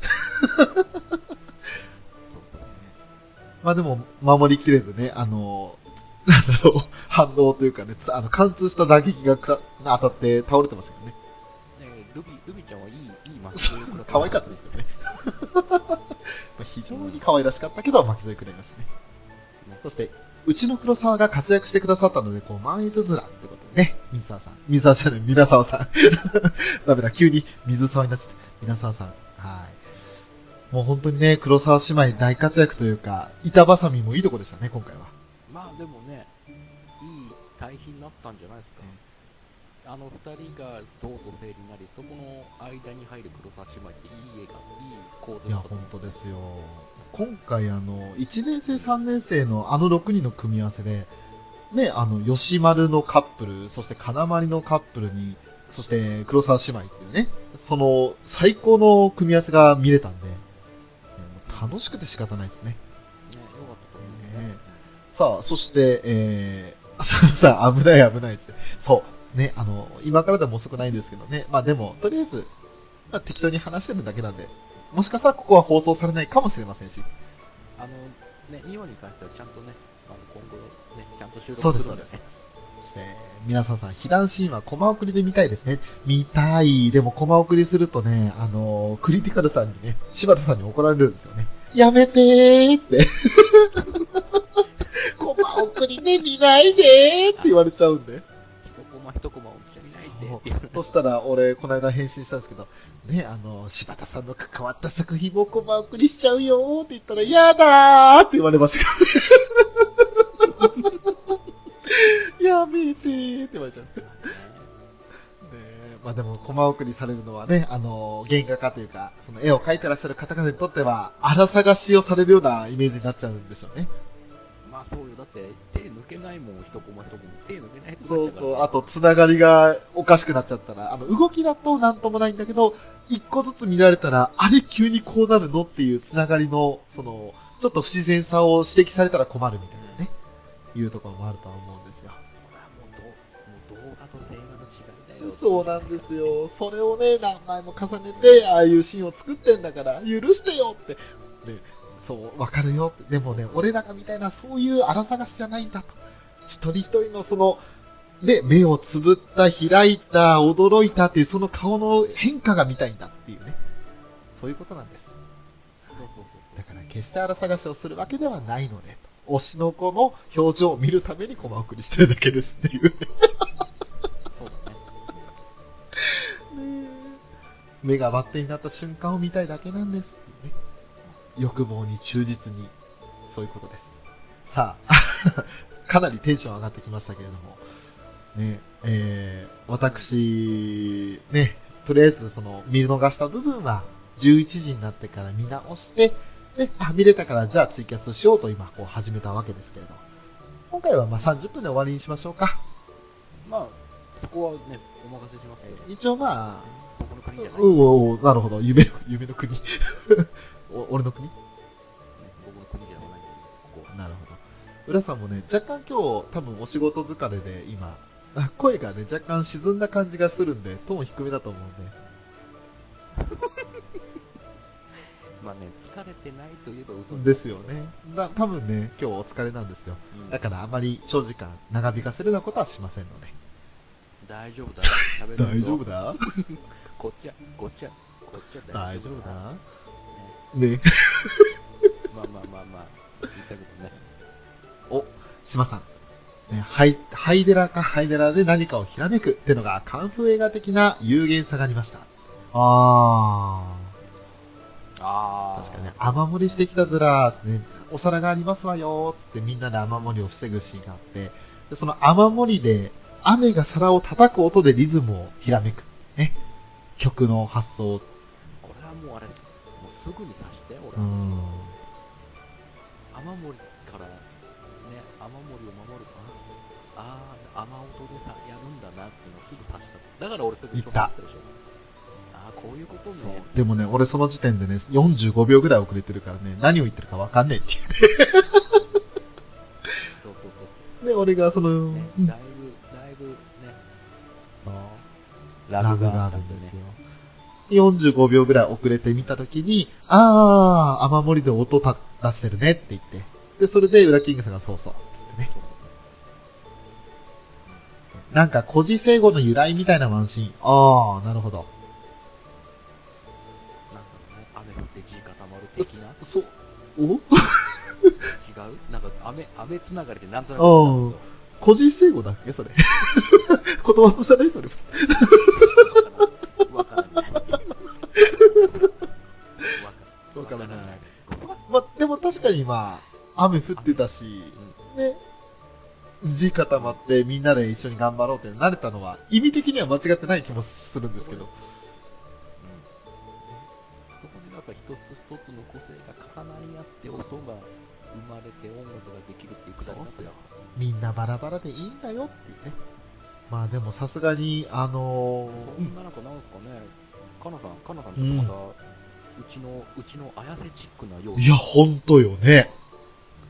まあでも、守りきれずね、なんだろう、反応というかね、貫通した打撃が当たって倒れてましたけどね。 ルビちゃんはいい巻き添えを食らって可愛かったですけどね。非常に可愛らしかったけど、巻き添えくれましたね。そして、うちの黒沢が活躍してくださったので、満悦面ってことでね、水沢さん。水沢じゃない、皆沢さん。ダメだ、急に水沢になっちゃって。皆沢さん。はい。もう本当にね、黒沢姉妹大活躍というか、板挟みもいいとこでしたね、今回は。 まあでもね、いい対比になったんじゃないですか。二人が銅と正になり、そこの間に入る黒沢姉妹っていい構図だったと思う。 いや、本当ですよ。今回1年生3年生の6人の組み合わせで、ね、吉丸のカップル、そして金丸のカップルに、そして黒沢姉妹っていうね、その最高の組み合わせが見れたんで、楽しくて仕方ないですね。 ね、よかった。 さあ、そして、さあ、危ない危ないって。そう。ね、今からでも遅くないんですけどね。まあでも、とりあえず、まあ、適当に話してるだけなんで、もしかしたらここは放送されないかもしれませんし。 2話に関してはちゃんとね、今後ね、ちゃんと収そうです、 録するんでね。 そうです。皆さん、避難シーンはコマ送りで見たいですね。見たい。でもコマ送りするとね、クリティカルさんにね、柴田さんに怒られるんですよね。やめてーって。コマ送りで見ないでーって言われちゃうんで。 一コマ一コマを見ないそうでっていう。 そしたら、俺、この間返信したんですけど、ね、柴田さんの関わった作品もコマ送りしちゃうよーって言ったら、やだーって言われましたけど、やめてーって言われちゃう。まあでも、コマ送りされるのはね、原画家というか、その絵を描いてらっしゃる方々にとっては、荒探しをされるようなイメージになっちゃうんでしょうね。 まあそうよ、だって手抜けないもん、一コマ一コマ。手抜けないくなそうそう、 っちゃうから。 あと、つながりがおかしくなっちゃったら、動きだとなんともないんだけど、一個ずつ見られたら、あれ急にこうなるのっていうつながりの、ちょっと不自然さを指摘されたら困るみたいなね、いうところもあるとは思うんですよ。 もう動画と映画の違いだよ。 そうなんですよ。それをね、何枚も重ねて、ああいうシーンを作ってんだから、許してよって。ね、そう、わかるよって。でもね、俺らがみたいな、そういう荒探しじゃないんだと。一人一人ので、目をつぶった、開いた、驚いたっていう、その顔の変化が見たいんだっていうね。そういうことなんです。だから決して荒探しをするわけではないので、推しの子の表情を見るためにコマ送りしてるだけですっていう。 そうだね。 目がバッテンになった瞬間を見たいだけなんですっていうね。欲望に忠実に、そういうことです。さあ、かなりテンション上がってきましたけれども、ね、私、ね、とりあえず見逃した部分は11時になってから見直して、で、見れたからじゃあツイキャスしようと今こう始めたわけですけれど、今回はまあ30分で終わりにしましょうか。 まあ、そこはね、お任せしますよ。 一応まあ、 僕の国じゃない。 なるほど、夢の国。俺の国僕の国じゃないんで、ここは。 なるほど。浦さんもね、若干今日多分お仕事疲れで今、声がね、若干沈んだ感じがするんで、トーン低めだと思うんで。 まあね、疲れてないといえば嘘ですよね。多分ね、今日お疲れなんですよ。だからあまり長時間長引かせるようなことはしませんので。 大丈夫だ。喋れるぞ。 大丈夫だこっちは大丈夫だ。 だね。 ね。 まあ、言ったけどね。 お、島さん。ね、ハイデラかハイデラで何かをひらめくってのがカンフー映画的な有限さがありました。確かにね、雨漏りしてきたずらーってね、お皿がありますわよーってみんなで雨漏りを防ぐシーンがあって、でその雨漏りで雨が皿を叩く音でリズムをひらめく。ね。曲の発想。 これはもうあれ、もうすぐに察して、俺は。 うん。 雨漏りからね、雨漏りを守る雨音でさ、やるんだなっていうのをすぐ察した。だから俺すぐ言ったでしょ。こういうことそうね。 でもね、俺その時点でね、45秒ぐらい遅れてるからね、何を言ってるかわかんねえっていう。 そう。 で、俺がね、 うんだいぶね、 そうラグがあったんでね。 45秒ぐらい遅れて見たときに、雨漏りで音出してるねって言って。で、それで、ウラキングさんがそうそう、つってね。なんか、古事成語の由来みたいなワンシーン。なるほど。 なんだろうね、雨降って地固まる的な。 お違うなんか雨つながりでなんとなく古事成語だっけそれ。言葉とじゃないそれ。 わからない。 わからない。ま、でも確かに雨降ってたし、ね、地固まってみんなで一緒に頑張ろうって慣れたのは、意味的には間違ってない気もするんですけど。 そこでやっぱ一つ一つの個性が重なり合って音が生まれて音楽ができるっていうくだりだったよ。 みんなバラバラでいいんだよっていうね。まあでもさすがに、 そんななんかなんすかね、かなさんちょっとまた、うちの綾瀬チックなよういや、ほんとよね。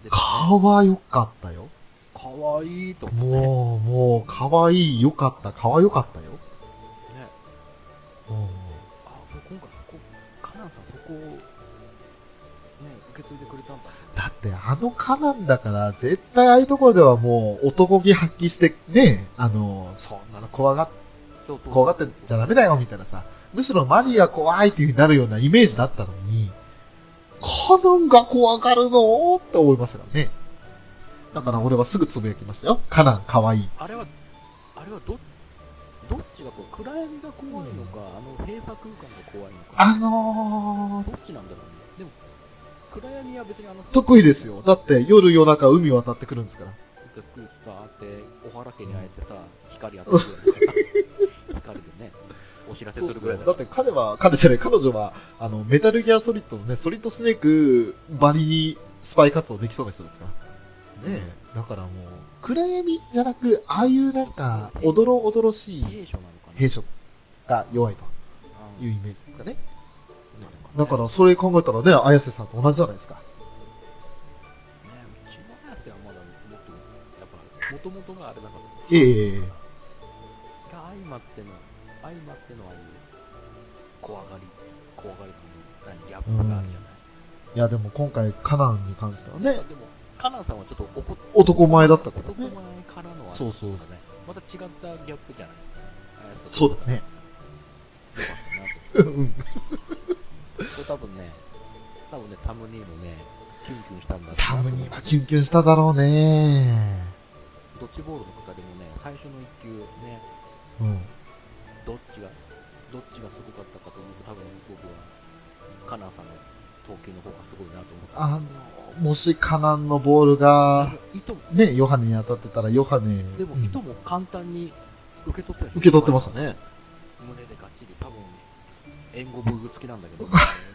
可愛かったよ。 かわいいと思ってね。 もう、可愛い、よかった、可愛よかったよ。 ね。 うん今回そこ、カナンさんそこを、ね、受け継いでくれたんだ。 だってカナンだから、絶対ああいうところではもう、男気発揮して、ね、そんなの怖がってちゃダメだよ、みたいなさ。むしろマリーが怖いっていう風になるようなイメージだったのに、カナンが怖がるのって思いますよね。だから俺はすぐつぶやきましたよ。カナン可愛い。 あれはどっちがこう、暗闇が怖いのか、閉鎖空間が怖いのか。どっちなんだろうね。でも、暗闇は別に得意ですよ。だって夜夜中海渡ってくるんですから。 空気さって、小原家に会えてさ、光当てるようなさ、光でね、お知らせするぐらいだって彼女は、メタルギアソリッドのね、ソリッドスネークバリにスパイ活動できそうな人ですから。ねえ、だからもう、暗闇じゃなく、ああいうなんか、おどろしい兵所なのかな。 兵所が弱いというイメージですかね。だから、 ね、 それ考えたらね、綾瀬さんと同じじゃないですか。 うちの綾瀬はまだもっと、やっぱ、もともとがあれだから、 ええが相まってのああいう怖がりのギャップがあるじゃない。 いや、でも今回、カナンに関してはね、 でも、カナンさんはちょっと男前だったから男前ね。 からのあれそうそうだね。また違ったギャップじゃない。 そうだね。 よかったなと。 うん多分ね、タムニーもね、キュンキュンしたんだろうなタムにはキュンキュンしただろうね。 ドッジボールの方でもね、最初の一球ね、 うん。 どっちがすごかったかというと、多分僕は、カナンさんの投球の方がすごいなと思ったんですけど。 もしカナンのボールが、 でもヨハネに当たってたら、ヨハネ。 でも、糸も簡単に受け取ったでしょ。 受け取ってましたね。 胸でがっちり、多分、援護ブー付きなんだけど、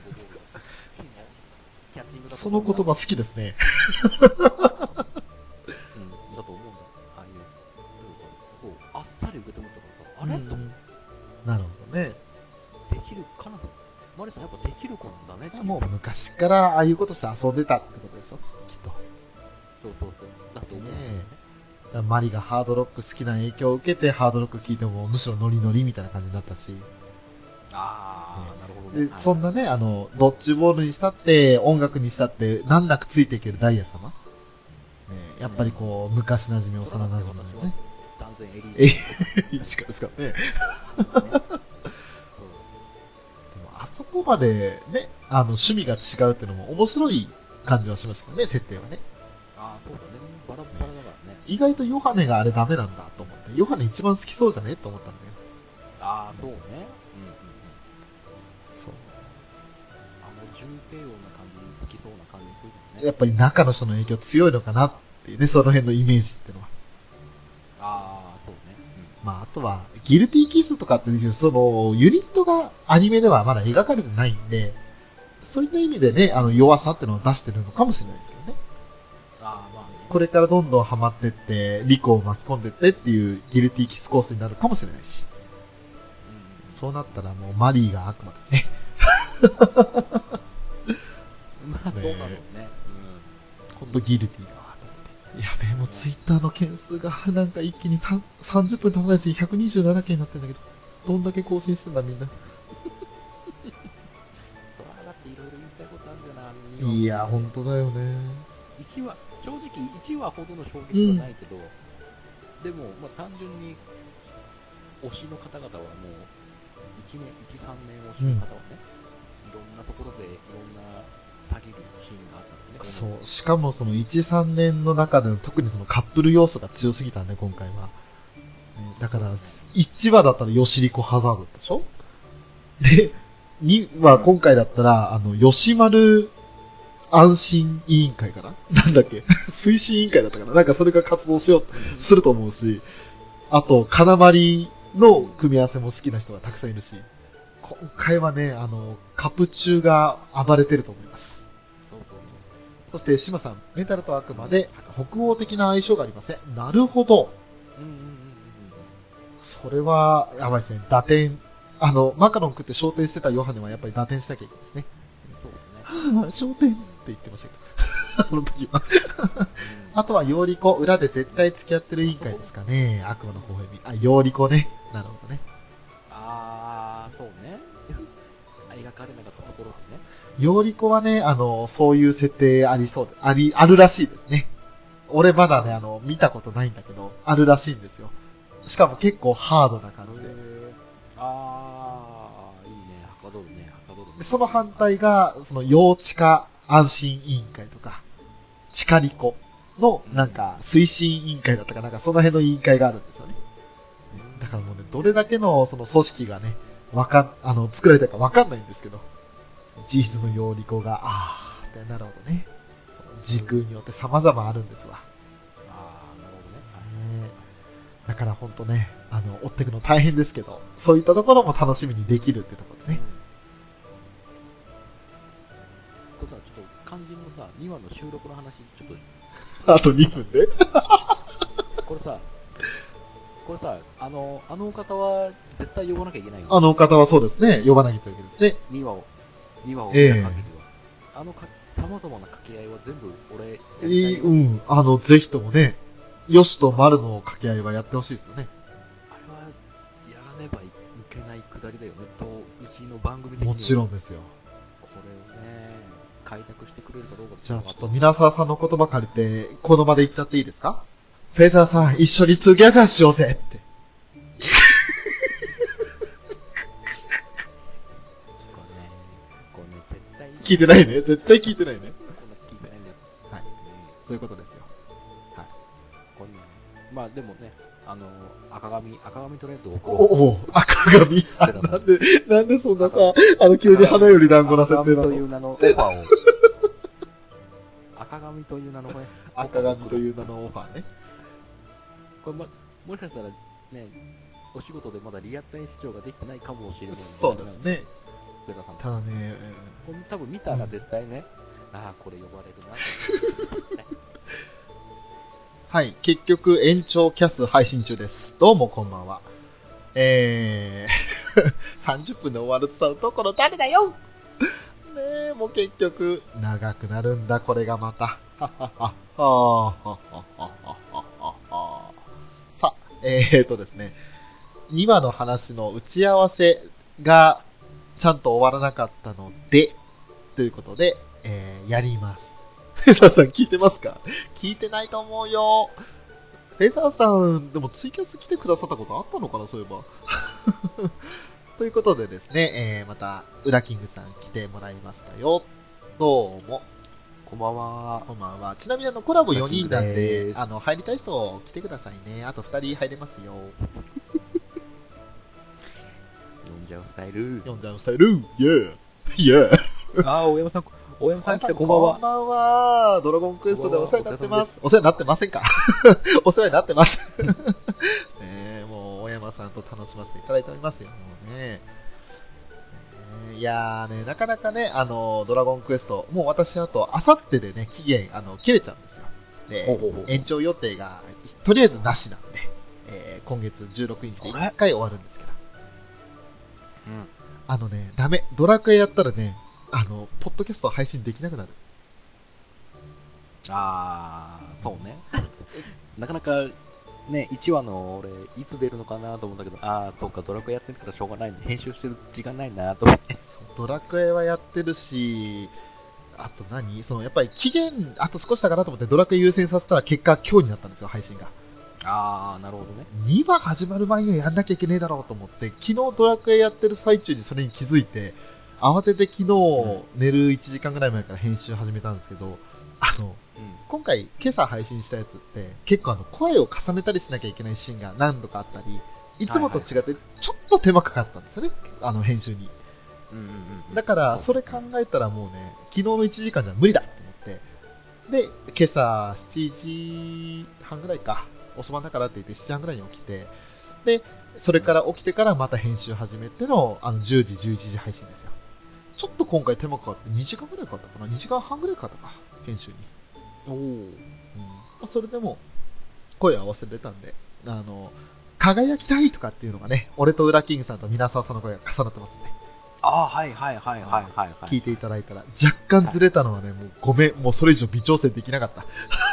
キャッチングだとその言葉好きですね。 だと思うんだ。ああいう、そう、あっさり受け止めたからさ、あれと思って。 なるほどね。 できるかなと。マリさんやっぱできる子なんだねっていう。 もう昔からああいうことして遊んでたってことですよ、きっと。 そう。だと思うんですよね。 マリがハードロック好きな影響を受けて、ハードロック聴いてもむしろノリノリみたいな感じになったし。 なるほどね。 で、そんなね、ドッジボールにしたって、音楽にしたって、難なくついていけるダイヤ様。やっぱりこう、昔馴染み、幼馴染みのね。 断然エリーしかですからね。でも、あそこまでね、趣味が違うっていうのも面白い感じはしますけどね、設定はね。 そうだね。バラバラだからね。 意外とヨハネがあれダメなんだと思って、ヨハネ一番好きそうじゃねと思ったんだよ。 そうね。 そう。 重低音な感じ、好きそうな感じするよね。 やっぱり中の人の影響強いのかなっていうね、その辺のイメージっていうのは。 そうね。 まあ、あとは、ギルティキスとかっていう、その、ユニットがアニメではまだ描かれてないんで、そういった意味でね、弱さっていうのを出してるのかもしれないですけどね。これからどんどんハマってって、リコを巻き込んでってっていうギルティキスコースになるかもしれないし。そうなったらもうマリーが悪魔ですね。 そうだろうね。 今度ギルティだわ。やべえ、もうツイッターの件数がなんか一気に30分経たないうちに127件になってんだけど、どんだけ更新してんだみんな。 そらだっていろいろ言いたいことあるんじゃない。 いや、ほんとだよね。 正直1話ほどの衝撃はないけど、でも、単純に推しの方々はもう1年、1、3年推しの方はね、いろんなところでいろんなたぎるシーンがあったんですね。 そう。しかもその1、3年の中での特にそのカップル要素が強すぎたね、今回は。だから、1話だったらヨシリコハザードでしょで、2話今回だったら、ヨシマル安心委員会かななんだっけ推進委員会だったかななんかそれが活動しよう、すると思うし、あと、金まりの組み合わせも好きな人がたくさんいるし、今回はね、カプチューが暴れてると思います。そして、島さん、メタルと悪魔で北欧的な相性がありません。なるほど。それは、やばいですね。打点。マカロン食って昇天してたヨハネはやっぱり打点しなきゃいけないですね。そうですね。はぁ、昇天って言ってましたけあの時は。あとは、ヨーリコ、裏で絶対付き合ってる委員会ですかね。悪魔の微笑み。あ、ヨーリコね。なるほどね。 そうね。描かれなかったところでね。 ヨーリコはね、そういう設定ありそうで、あるらしいですね。俺まだね、見たことないんだけど、あるらしいんですよ。しかも結構ハードな感じで。 いいね。はかどるね。 でその反対が、その、幼稚化安心委員会とか、チカリコの、なんか、推進委員会だったかなんか、その辺の委員会があるんですよね。だからもうね、どれだけの、その組織がね、作られたかわかんないんですけど、事実のヨーリコが、ってなるほどね。時空によって様々あるんですわ。 なるほどね。だからほんとね、追っていくの大変ですけど、そういったところも楽しみにできるってところでね。 ちょっと肝心のさ、2話の収録の話、ちょっと。あと2分でこれさ、あのお方は絶対呼ばなきゃいけないよね。 あの方はそうですね、呼ばなきゃいけないですね。 2話を見た限りは。様々な掛け合いは全部俺やりたいよ。 ぜひともね、ヨシとマルの掛け合いはやってほしいですよね。 あれは、やらねばいけないくだりだよね、うちの番組的には。 もちろんですよ。 これをね、開拓してくれるかどうか。 じゃあちょっと皆沢さんの言葉借りて、この場で言っちゃっていいですか？フェザーさん、一緒にツーギャザーしようぜって。 これね、絶対聞いてないね。絶対聞いてないね。 こんな聞いてないんだよ。 はい。そういうことですよ。はい。 こんなまあでもね、赤髪とりあえず送ろう。 お赤髪なんでそんなさ、急に花より団子な設定なの？ 赤髪という名のオファーを。赤髪という名のね、 赤髪という名のオファーね。 これもしかしたらね、お仕事でまだリアタイ視聴ができてないかもしれない。 そうですね。ただね、 これ多分見たら絶対ね、これ呼ばれるなと、ね。 はい、結局延長キャス配信中です。どうもこんばんは。30分で終わるとところ誰だよ。ねえ、もう結局長くなるんだこれがまた。さあ、ですね、今の話の打ち合わせがちゃんと終わらなかったので、ということで、やります。フェザーさん聞いてますか？聞いてないと思うよ。フェザーさん、でもツイキャス来てくださったことあったのかな、そういえば。ということでですね、また、ウラキングさん来てもらいましたよ。どうも。 こんばんは。 こんばんは。ちなみにコラボ4人なんで、入りたい人来てくださいね。あと2人入れますよ。 呼んじゃうスタイル。 イェー大山さん来てこんばんは。 こんばんは。ドラゴンクエストでお世話になってます。お世話になってませんか？お世話になってます。もう、大山さんと楽しませていただいておりますよ、もうね。いやーね、なかなかね、ドラゴンクエスト、もう私あと、あさってでね、期限、切れちゃうんですよ。で、延長予定が、とりあえずなしなんで、今月16日で1回終わるんですけど。ダメ。ドラクエやったらね、ポッドキャスト配信できなくなる。 そうね。なかなか、ね、1話の俺、いつ出るのかなと思ったけど、そうか、ドラクエやってるからしょうがないんで、編集してる時間ないなと思って。 ドラクエはやってるし、あとやっぱり期限、あと少しだかなと思ってドラクエ優先させたら結果今日になったんですよ、配信が。 なるほどね。 2話始まる前にはやんなきゃいけねえだろうと思って、昨日ドラクエやってる最中にそれに気づいて、慌てて昨日、寝る1時間ぐらい前から編集始めたんですけど、今回、今朝配信したやつって、結構声を重ねたりしなきゃいけないシーンが何度かあったり、いつもと違って、ちょっと手間かかったんですよね、編集に。だから、それ考えたらもうね、昨日の1時間じゃ無理だと思って、で、今朝7時半ぐらいか、遅番だからって言って7時半ぐらいに起きて、で、それから起きてからまた編集始めての、10時、11時配信ですよ。ちょっと今回手間かかって2時間ぐらいかかったかな ?2 時間半ぐらいかかったか、編集に。それでも、声を合わせてたんで、輝きたいとかっていうのがね、俺とウラキングさんと皆沢さんの声が重なってますね。 ああ、はいはいはいはいはい、はい。 聞いていただいたら、若干ずれたのはね、もうごめん、もうそれ以上微調整できなかった。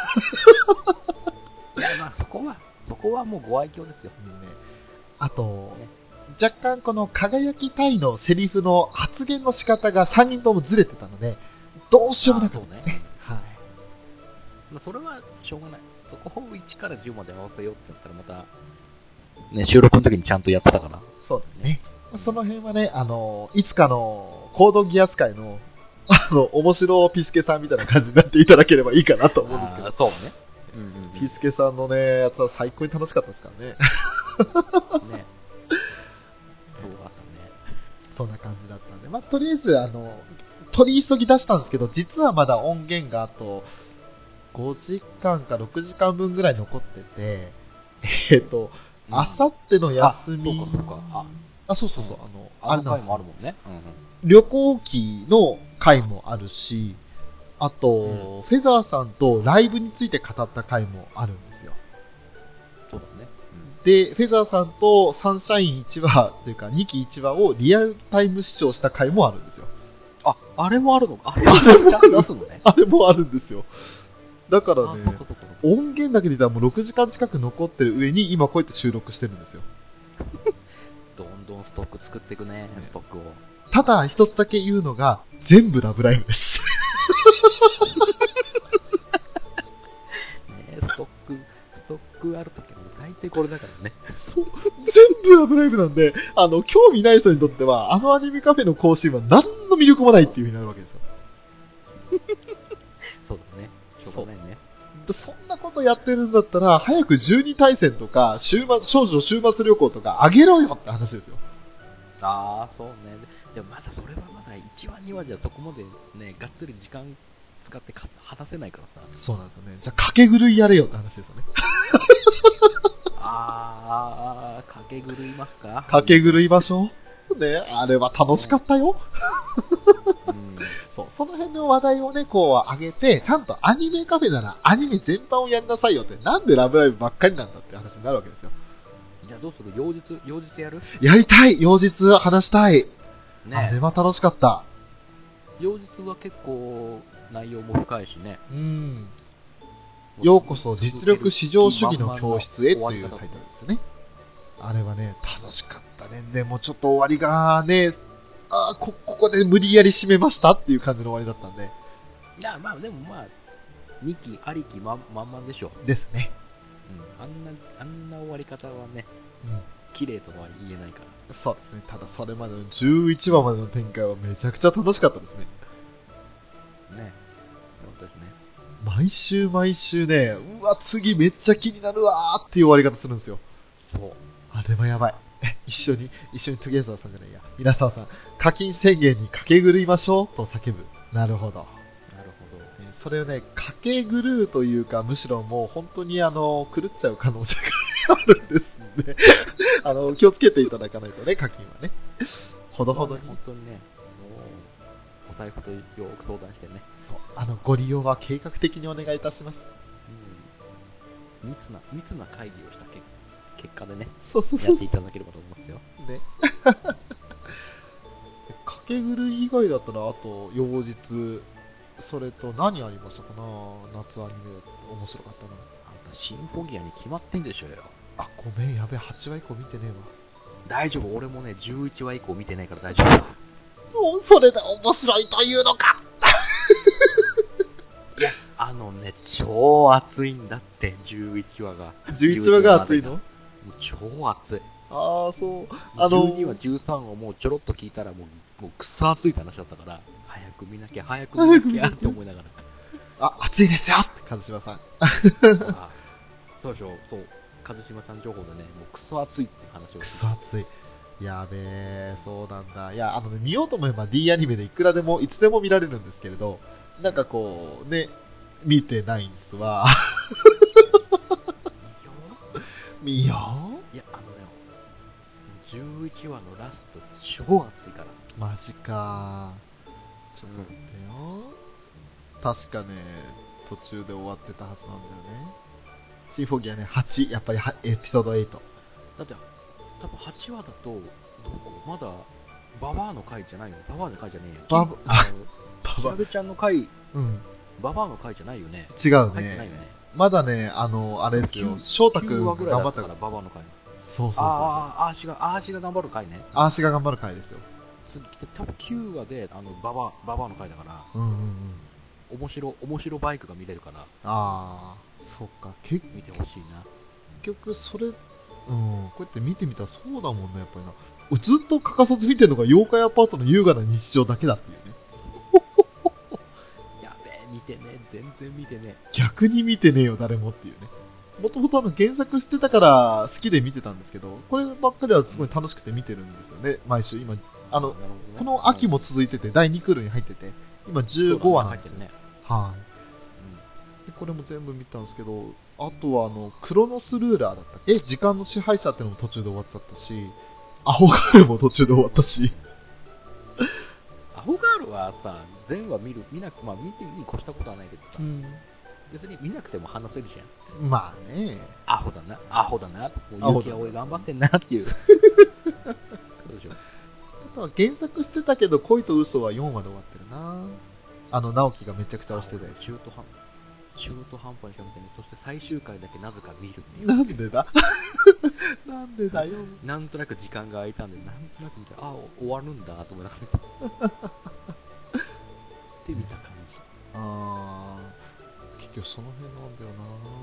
いや、まあそこはもうご愛嬌ですよ。 ね、あと、 ね、 若干この輝きたいのセリフの発言の仕方が3人ともずれてたので、どうしようもなかったですね。はい。 まあ、それはしょうがない。そこを1から10まで合わせようってなったらまた、ね、収録の時にちゃんとやってたから。 そうですね。その辺はね、いつかのコードギアス界の、面白ピスケさんみたいな感じになっていただければいいかなと思うんですけど。 そうね。 ピスケさんのね、やつは最高に楽しかったですからね。 ね。そうだったね。 そんな感じだったんで、まあ、とりあえず、取り急ぎ出したんですけど、実はまだ音源があと、5時間か6時間分ぐらい残ってて、あさっての休み、 そうか。 そうそうそう、 あの回もあるもんね。 旅行記の回もあるし、あと、フェザーさんとライブについて語った回もあるんですよ。 そうだね。 で、フェザーさんとサンシャイン1話というか2期1話をリアルタイム視聴した回もあるんですよ。 あれもあるのか。あれもちゃんと出すのね。 あれもあるんですよ。だからね、 そうか音源だけで言ったらもう6時間近く残ってる上に今こうやって収録してるんですよ。 どんどんストック作っていくね、ストックを。 ただ一つだけ言うのが全部ラブライブです。 ね、ストックあるときはもう大抵これだからね。 そう、全部ラブライブなんで、興味ない人にとっては、アニメカフェの更新は何の魅力もないっていう風になるわけですよ。 そうだね。しょうがないね。 そんなことやってるんだったら、早く12対戦とか、少女週末旅行とかあげろよって話ですよ。 そうね。でもまだそれはまだ1話2話じゃそこまでね、がっつり時間使って話せないからさ。 そうなんですよね。じゃあ、掛け狂いやれよって話ですよね。 かけ狂いますか？ 掛け狂いましょう。ね、あれは楽しかったよ。そう、その辺の話題をね、こう上げて、ちゃんとアニメカフェならアニメ全般をやりなさいよって、なんでラブライブばっかりなんだって話になるわけですよ。 じゃあどうする？妖術やる？ やりたい、妖術話したい。 ね、 あれは楽しかった。 妖術は結構内容も深いしね。 ようこそ実力至上主義の教室へというタイトルですね。あれはね、楽しかったね。でもちょっと終わりがね、ここで無理やり締めましたっていう感じの終わりだったんで。 いや、まあでも2期ありき満々でしょ。 ですね。 あんな終わり方はね、綺麗とは言えないから。 そうですね。ただそれまでの11話までの展開はめちゃくちゃ楽しかったですね。 ね。私ね。 毎週ね、うわ、次めっちゃ気になるわーっていう終わり方するんですよ。 そう。 あれはやばい。一緒にトゥゲザーさんじゃないや。皆さん課金宣言に駆け狂いましょうと叫ぶ。なるほど。それをね、駆け狂うというか、むしろもう本当に狂っちゃう可能性があるんですので、気をつけていただかないとね、課金はね。ほどほどに。 本当にね、お財布とよく相談してね。 そう。ご利用は計画的にお願いいたします。 密な会議をした結果でね、 そうやっていただければと思いますよ。 ね。駆け狂い以外だったら、あと、妖術、それと何ありましたかな、夏アニメ面白かったな。 あんたシンフォギアに決まってんでしょよ。 ごめん、やべえ、8話以降見てねえわ。 大丈夫、俺もね、11話以降見てないから大丈夫。 もうそれで面白いというのか。 いや、超熱いんだって、11話が。 11話が熱いの？もう超熱い。 そう。 12話、13話もうちょろっと聞いたらもうくそ熱いって話だったから、早く見なきゃって思いながら。 熱いですよって、一島さん。 そうでしょ、そう。一島さん情報でね、もうクソ熱いって話を。 クソ熱い。やべえ、そうなんだ。いや、見ようと思えば D アニメでいくらでも、いつでも見られるんですけれど、なんかこう、ね、見てないんですわ。見よう。 いや、11話のラスト超熱いから。 マジか。ちょっと待ってよ。確かね、途中で終わってたはずなんだよね。シンフォギアね、8、やっぱりエピソード8。 だって、多分8話だと、どこまだババアの回じゃないよ。ババアの回じゃねえよ。 ババ調べちゃんの回、 うん。 ババアの回じゃないよね。 違う入ってないね。 よね。 まだね、あれですよ。翔太く 9 ん話ぐらい頑張ったただっから、ババアの回。 そうそうそう。 アーシが頑張る回ね。 アーシが頑張る回ですよ。 多分9話で、ババアの回だから、 うんうんうん。 面白バイクが見れるから、 ああ、そっか。結見てほしいな。 局、それ、こうやって見てみたらそうだもんね、やっぱりな。ずっと欠かさず見てるのが妖怪アパートの優雅な日常だけだっていうね。 やべえ、見てね。全然見てね。 逆に見てねえよ、誰もっていうね。もともと原作知ってたから好きで見てたんですけど、こればっかりはすごい楽しくて見てるんですよね、毎週。今、 なるほどねこの秋も続いてて、第2クールに入ってて、今15話なんですよ。 ね。 はい。でこれも全部見たんですけど、あとはクロノスルーラーだったっけ、時間の支配者ってのも途中で終わっちゃったし、アホガールも途中で終わったし。 アホガールはさ、全話見なく、まあ見てに越したことはないけどさ、別に見なくても話せるじゃん。 まあね。 アホだな、もう勇気葵頑張ってんなっていう。そうでしょ。 あとは原作してたけど、恋と嘘は4話で終わってるな。直樹がめちゃくちゃ押してたやつ。 中途半端にしか見てない。そして最終回だけなぜか見るっていう。 なんでだなんでだよ。 なんとなく時間が空いたんで、なんとなく見て、終わるんだと思いながら見た。で見た感じ。 結局その辺なんだよな。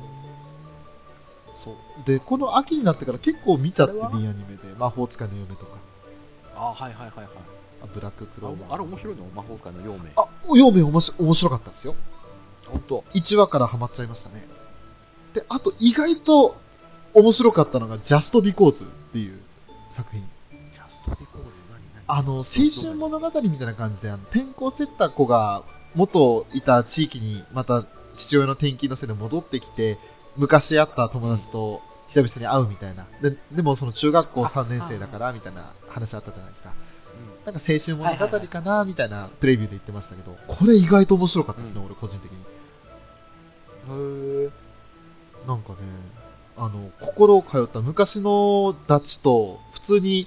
そう。で、この秋になってから結構見ちゃって、D アニメで。魔法使いの嫁とか。 はい。 ブラッククローバー。 あれ面白いの？魔法使いの陽明。 陽明面白かったですよ。 ほんと。 1話からハマっちゃいましたね。で、あと意外と面白かったのが、ジャストビコーズっていう作品。 ジャストビコーズ何青春物語みたいな感じで、転校してった子が、元いた地域にまた父親の転勤のせいで戻ってきて、昔会った友達と久々に会うみたいな。でもその中学校3年生だから、みたいな話あったじゃないですか。なんか青春物語かな、みたいなプレビューで言ってましたけど、これ意外と面白かったですね、俺個人的に。なんかね、心を通った昔のダチと、普通に、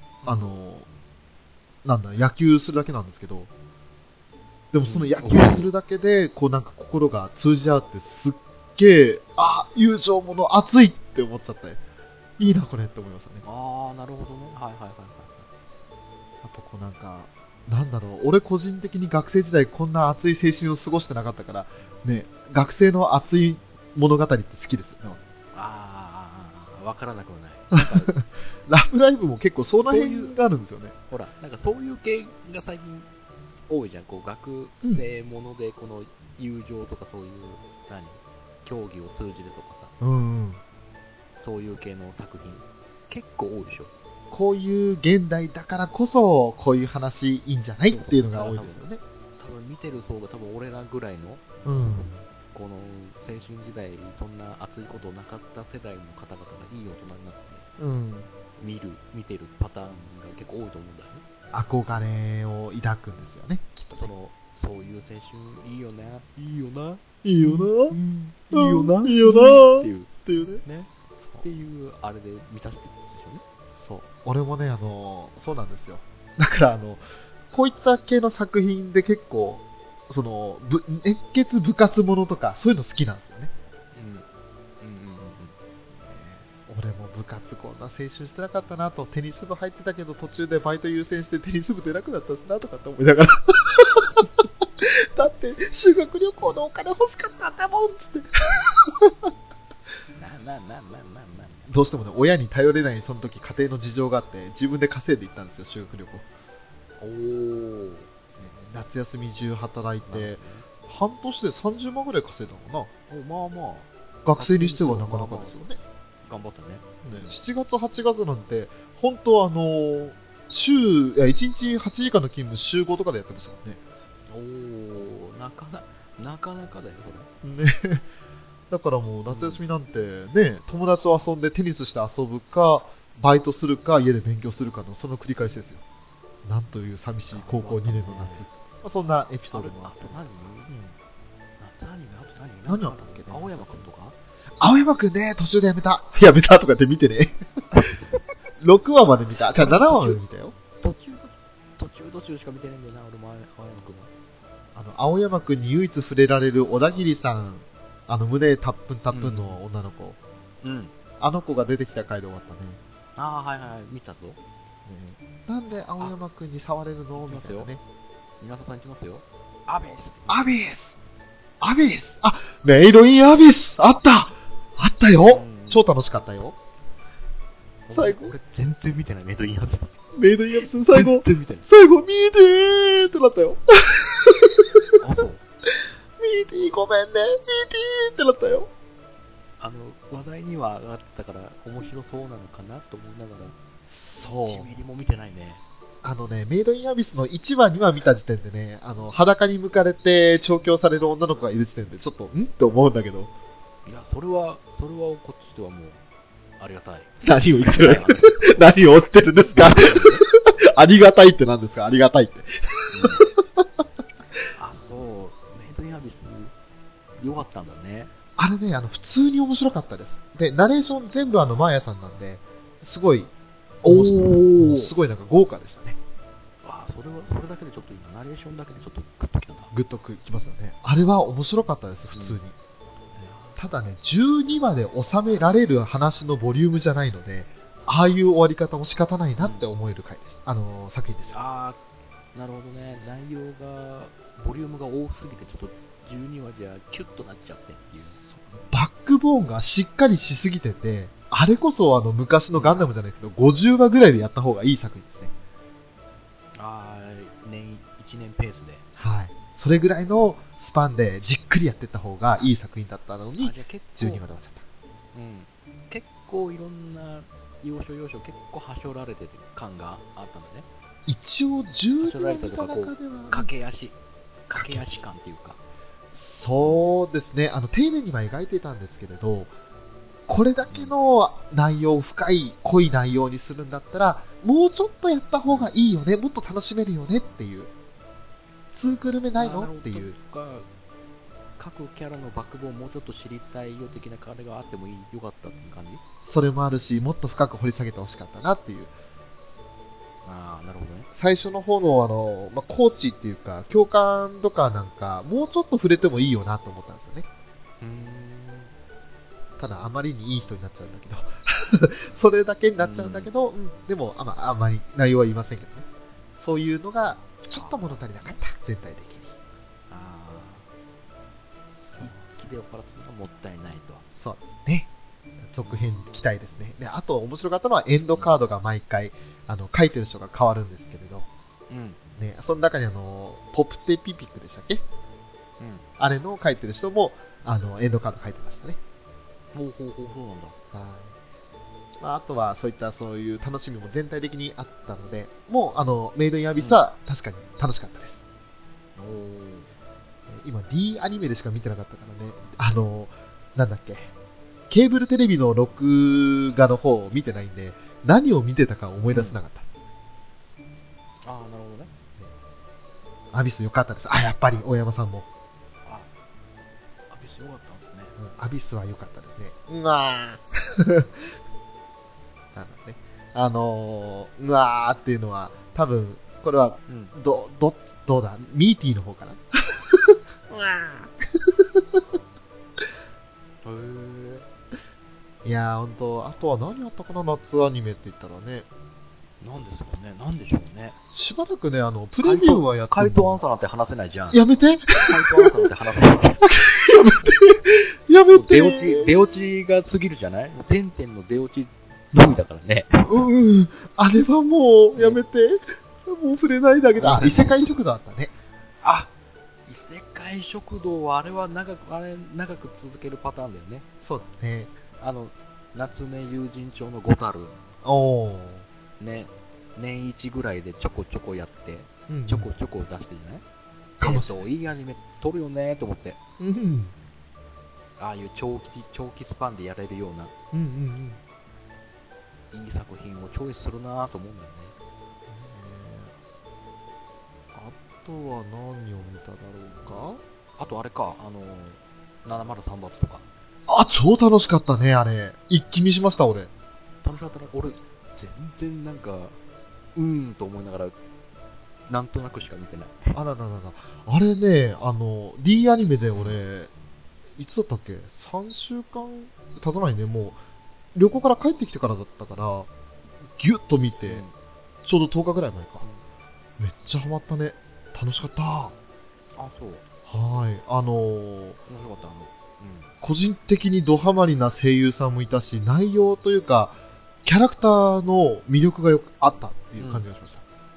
野球するだけなんですけど、でもその野球するだけで、こうなんか心が通じ合うってすっげえ、友情もの熱いって思っちゃって、いいなこれって思いましたね。 なるほどね。はい。 やっぱこうなんか、なんだろう、俺個人的に学生時代こんな熱い青春を過ごしてなかったから、ね、学生の熱い物語って好きですよね。 わからなくはない。 ラブライブも結構その辺があるんですよね。 ほら、なんかそういう系が最近多いじゃん。こう、学生もので、この友情とかそういう、競技を通じてとかさ、そういう系の作品、結構多いでしょ。 こういう現代だからこそ、こういう話いいんじゃないっていうのが多いですよね。 多分見てる層が俺らぐらいの、この青春時代そんな熱いことなかった世代の方々がいい大人になって見てるパターンが結構多いと思うんだよね。 憧れを抱くんですよね、きっと。 そういう青春いいよな、いいよな、 いいよな、 いいよな、 いいよなっていうね。 っていうあれで満たしてるんでしょうね。 そう。俺もね、そうなんですよ。だからこういった系の作品で結構、熱血部活ものとか、そういうの好きなんですよね。俺も部活こんな青春してなかったなと、テニス部入ってたけど途中でバイト優先してテニス部出なくなったしなとかって思いながらだって修学旅行のお金欲しかったんだもんつってどうしてもね、親に頼れないその時家庭の事情があって自分で稼いで行ったんですよ、修学旅行。夏休み中働いて、半年で30万ぐらい稼いだのかな。学生にしてはなかなかですよね。 頑張ったね。 7月8月なんて本当1日8時間の勤務週5とかでやってましたからね。 なかなかだよそれね。だからもう夏休みなんてね、友達と遊んでテニスして遊ぶかバイトするか家で勉強するかのその繰り返しですよ。なんという寂しい高校2年の夏。そんなエピソードもあって。 夏アニメあと何あったっけね。 青山くんとか。 青山くんね、途中でやめたとかって見てね6話まで見た。じゃあ7話まで見たよ。 途中中しか見てねえんだよな、俺も青山くんは。 青山くんに唯一触れられる小田切さん、胸たっぷんたっぷんの女の子。 うん。 あの子が出てきた回で終わったね。 ああ、はいはい、見たぞ。 ねなんで青山くんに触れるのみたいなね。 皆さんいきますよ。アビスアビスアビスあ、メイドインアビスあったよ超楽しかったよ。最後。 俺全然見てないメイドインアビス。 メイドインアビス最後。 全然見てない。 最後見えてーってなったよ。 あ、そう。 見えてーごめんね。見えてーってなったよ。 話題には上がったから面白そうなのかなと思いながら、 そう。 1ミリも見てないね。 メイドインアビスの1話、2話見た時点でね、裸に向かれて調教される女の子がいる時点で、ちょっと、んって思うんだけど。 いや、それはこっちとしてはもう、ありがたい。 何を言ってる何を言ってるんですかありがたいって何ですかありがたいって。 あ、そう。メイドインアビス、良かったんだね。 あれね、普通に面白かったです。で、ナレーション全部マーヤさんなんで、すごい、すごいなんか豪華でしたね。 あ、それだけでちょっと今、ナレーションだけでちょっとグッときたな。 グッときますよね。あれは面白かったです、普通に。ただね、12話で収められる話のボリュームじゃないので、ああいう終わり方も仕方ないなって思える回です。作品ですよ。 ああ、なるほどね。内容が、ボリュームが多すぎて、ちょっと12話じゃキュッとなっちゃってっていう。 バックボーンがしっかりしすぎてて、あれこそ昔のガンダムじゃないけど、50話ぐらいでやった方がいい作品ですね。 ああ、1年ペースで。 はい。それぐらいのスパンでじっくりやってった方がいい作品だったのに、 じゃあ結構 12話で終わっちゃった。 うん。結構いろんな要所要所結構はしょられてて感があったんだね。 一応12 はしょられ話見たたとか、 中では、 駆け足感っていうか。 そうですね。丁寧には描いてたんですけれど、これだけの内容、深い、濃い内容にするんだったら、もうちょっとやった方がいいよね、もっと楽しめるよねっていう。2クール目ないのっていう。 とか、各キャラのバックボーンもうちょっと知りたいよ的な感じがあってもよかったっていう感じ。 それもあるし、もっと深く掘り下げてほしかったなっていう。 ああ、なるほどね。 最初の方のコーチっていうか、教官とかなんか、もうちょっと触れてもいいよなと思ったんですよね。ただ、あまりにいい人になっちゃうんだけど。それだけになっちゃうんだけど、でも、あまり内容は言いませんけどね。そういうのが、ちょっと物足りなかった、全体的に。 一気で終わらすのがもったいないと。 そうですね。続編期待ですね。で、あと面白かったのはエンドカードが毎回、書いてる人が変わるんですけれど、ね、その中にポプテピピックでしたっけあれの書いてる人も、エンドカード書いてましたね。 そうなんだ。 はい。あとは、そういう楽しみも全体的にあったので、もう、メイドインアビスは確かに楽しかったです。今、D アニメでしか見てなかったからね、なんだっけ、ケーブルテレビの録画の方を見てないんで、何を見てたか思い出せなかった。 なるほどね。 アビス良かったです。やっぱり、大山さんも。 アビス良かったんですね。 アビスは良かったですね。うわー。うわーっていうのは、多分、これは、どうだミーティーの方かなうわー。いやー、ほんと、あとは何あったかな、夏アニメって言ったらね。 なんですかね、なんでしょうね。 しばらくね、プレビューはやって回答アンサーなんて話せないじゃん。 やめて回答アンサーなんて話せないじゃん。 やめて出落ちが過ぎるじゃない？てんてんの出落ちのみだからね。 あれはもう、やめて。もう触れないだけだ。異世界食堂あったね。 異世界食堂はあれは長く続けるパターンだよね。 そうだね。 夏目友人帳のゴタル。ね、年一ぐらいでちょこちょこやって、ちょこちょこ出してるじゃないかもしれない。いいアニメ撮るよねと思って。ああいう長期スパンでやれるような、いい作品をチョイスするなと思うんだよね。 あとは何を見ただろうか。 あとあれか、703バツとか。 超楽しかったね、あれ。一気見しました、俺。 楽しかったね。俺、全然なんか、と思いながらなんとなくしか見てない。 あらららら。あれね、D アニメで俺、いつだったっけ ?3 週間経たないね、もう、旅行から帰ってきてからだったから、ギュッと見て、ちょうど10日ぐらい前か。めっちゃハマったね。楽しかった。 あ、そう。 はい。 面白かった、 個人的にドハマりな声優さんもいたし、内容というか、キャラクターの魅力があったっていう感じがしました。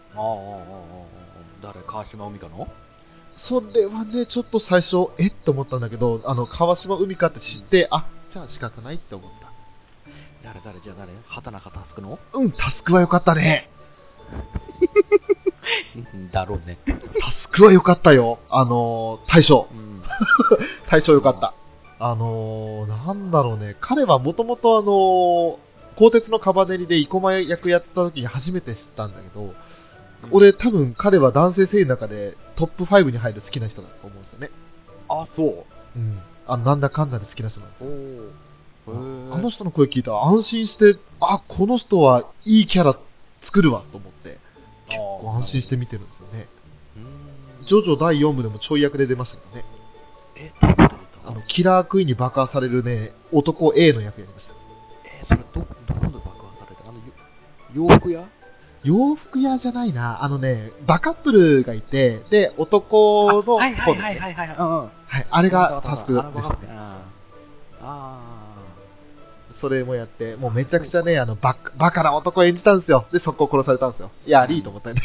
誰、川島海香の？ それはね、ちょっと最初、って思ったんだけど、川島海香って知って、あ、じゃあ仕方ないって思った。 じゃあ誰？畑中佑の？ タスクは良かったね。 だろうね。 タスクは良かったよ。大将。大将良かった。なんだろうね。彼はもともと鋼鉄のカバネリで生駒役やった時に初めて知ったんだけど、俺多分彼は男性声優の中でトップ5に入る好きな人だと思うんですよね。 あ、そう。 なんだかんだで好きな人なんですよ。 あの人の声聞いたら安心して、あ、この人はいいキャラ作るわと思って、結構安心して見てるんですよね。ジョジョ第4部でもちょい役で出ましたけどね。キラークイーンに爆破されるね、男 A の役やりました。 それどこで爆破された？洋服屋？ 洋服屋じゃないな。バカップルがいて、で、男の、 はい。 あれがタスクでしたね。それもやって、もうめちゃくちゃね、バカな男を演じたんですよ。で、そこを殺されたんですよ。いや、いいと思ったよね。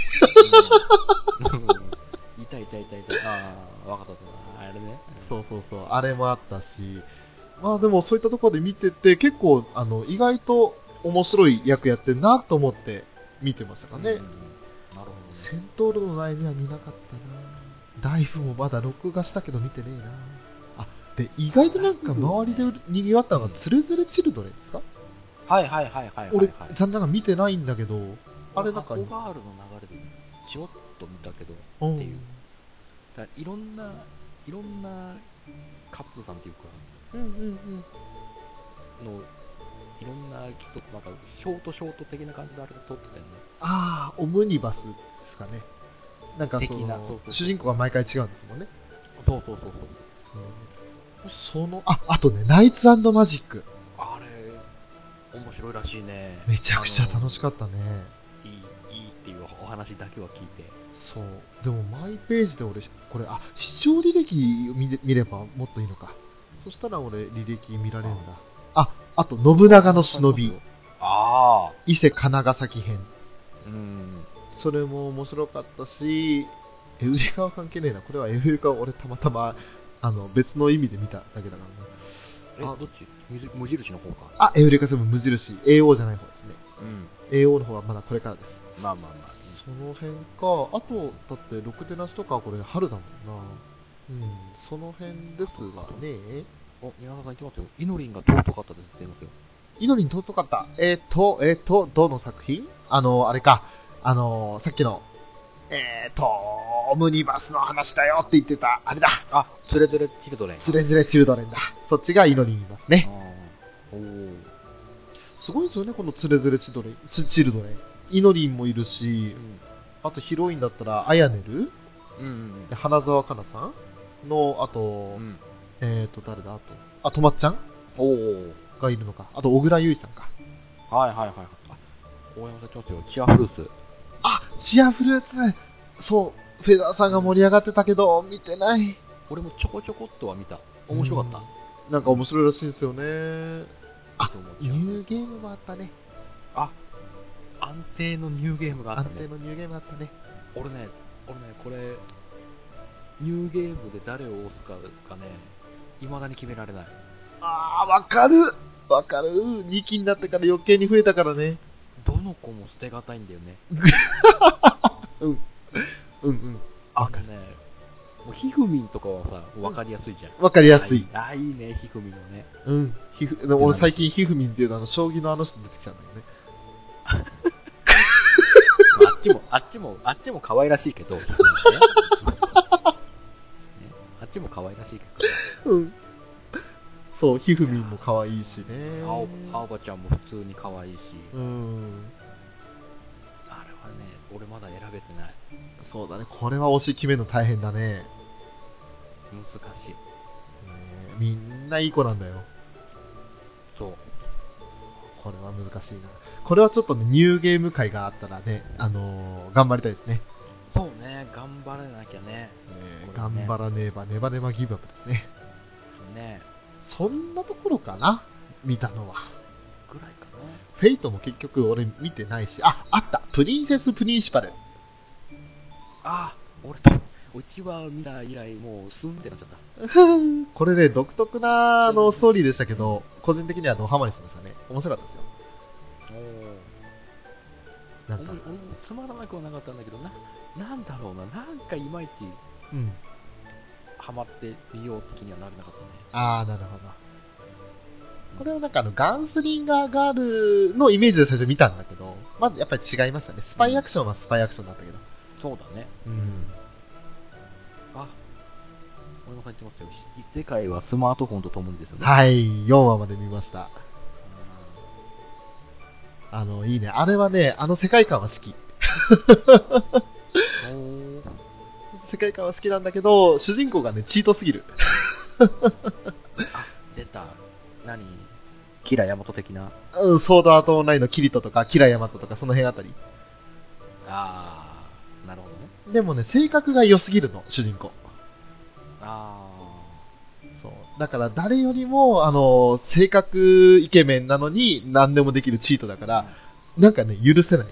痛い。わかった。あれね。 そう。あれもあったし、まあでもそういったところで見てて、結構、意外と面白い役やってるなと思って見てましたかね。 なるほど。 戦闘ロの悩みは見なかったな。ダイブもまだ録画したけど見てねえな。あ、で、意外となんか周りで賑わったのがつれづれチルドレンですか？ はい。 俺、残念ながら見てないんだけど、あれなんか、 ホガールの流れでちょっと見たけど、っていう。だいろんなカップルさんっていうか、の、いろんな人、なんか、ショート的な感じであれが撮ってたよね。 ああ、オムニバスですかね。なんか主人公が毎回違うんですもんね。 そう。 あとね、ナイツ&マジック。 あれ、面白いらしいね。 めちゃくちゃ楽しかったね。 いいっていうお話だけは聞いて。 そう。でもマイページで俺、これ、視聴履歴見ればもっといいのか。そしたら俺、履歴見られるんだ。あと、信長の忍び。伊勢金ヶ崎編。それも面白かったし、エウレカは関係ねえな。これはエウレカは俺たまたま、別の意味で見ただけだからな。 どっち？無印の方か。 エウレカ全部無印。AO じゃない方ですね。AO の方はまだこれからです。 まあ。 その辺か。あと、だって、ろくでなしとかはこれ春だもんな。その辺ですがね。 宮田さん言ってますよ。イノリンが尊かったですって言いますよ。 イノリン尊かった。どの作品？あれか。さっきの、オムニバスの話だよって言ってた、あれだ。 スレズレチルドレン。 スレズレチルドレンだ。そっちがイノリンいますね。すごいですよね、このスレズレチルドレン。イノリンもいるし、あとヒロインだったら、アヤネル、花澤香菜さんの、あと、誰だとまっちゃんがいるのか。あと、小倉優衣さんか。 はい。大山さんちょっとよ、チアフルーツ。 チアフルーツそう、フェザーさんが盛り上がってたけど、見てない。 俺もちょこっとは見た。面白かった。 なんか面白いらしいですよね。ニューゲームもあったね。 安定のニューゲームがあったね。俺ね、これ、ニューゲームで誰を押すかがね、未だに決められない。 わかる。2期になってから余計に増えたからね。 どの子も捨てがたいんだよね。 わかるね。もうひふみんとかはさ、わかりやすいじゃん。 わかりやすい。 いいね、ひふみんのね。 俺最近ひふみんっていう将棋の人出てきたんだよね。 あっちも可愛らしいけど、ひふみんね。あっちも可愛らしいけど。 そう、ひふみんも可愛いしね。 青葉ちゃんも普通に可愛いし。あれは俺まだ選べてない。 そうだね。これは推し決めるの大変だね。 難しい。 みんないい子なんだよ。 そう。 これは難しいな。これはちょっとね、ニューゲーム会があったらね、頑張りたいですね。 そうね、頑張らなきゃね。これね頑張らねば、ネバネバギブアップですね。 ねそんなところかな見たのは。 ぐらいかな。 フェイトも結局俺見てないし、あったプリンセスプリンシパル。 あ、うちは見た以来、もうスンってなっちゃった。 これね、独特なストーリーでしたけど、個人的にはドハマりしましたね。面白かったですよ。なんか、 俺もつまらなくはなかったんだけど、なんだろうな、なんかいまいちうん。 ハマってみよう的にはなれなかったね。 あー、なるほど。これはなんかガンスリンガーガールのイメージで最初見たんだけど、まずやっぱり違いましたね。スパイアクションはスパイアクションだったけど。 そうだね。 うん。 あ、俺も感じますよ。世界はスマートフォンとともにですよね。 はい、4話まで見ました。いいね。あれはね、世界観は好き。世界観は好きなんだけど、主人公がね、チートすぎる。 あ、出た。何キラヤマト的な。 うん、ソードアートオンラインのキリトとか、キラヤマトとか、その辺あたり。 あー、なるほどね。 でもね、性格が良すぎるの、主人公。 あそう。だから誰よりも、性格イケメンなのに何でもできるチートだから、なんかね、許せない。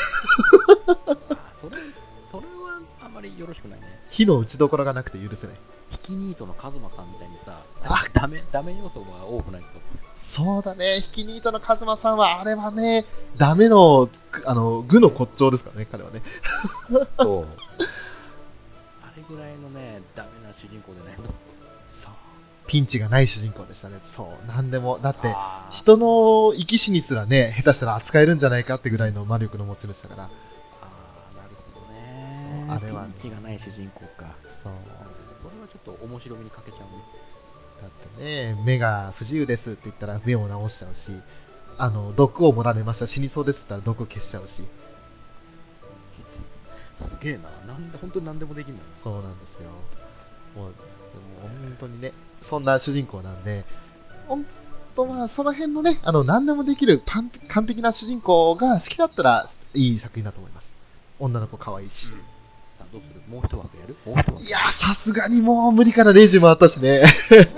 それはあまりよろしくないね。 火の打ちどころがなくて許せない。 ヒキニートのカズマさんみたいにさ、 あダメ要素が多くないと。 そうだね、ヒキニートのカズマさんは、あれはね、ダメの、具の骨頂ですからね、彼はね。 そう。あれぐらいのね、ダメな主人公でないと。 そう。ピンチがない主人公でしたね。そう。なんでも。だって、 あー人の生き死にすらね、下手したら扱えるんじゃないかってぐらいの魔力の持ち主だから。 なるほどね。 そうあれはねピンチがない主人公か。 そう。 それはちょっと面白みに欠けちゃうね。 だってね、目が不自由ですって言ったら目を直しちゃうし、毒を盛られました、死にそうですって言ったら毒消しちゃうし。 すげえな。本当に何でもできるんだね。 そうなんですよ。もう、でも本当にね、そんな主人公なんで、本当まあ、その辺のね、何でもできる完璧な主人公が好きだったらいい作品だと思います。女の子可愛いし。 さあ、どうするもう一枠やるもう一枠。 いやー、さすがにもう無理から0時もあったしね。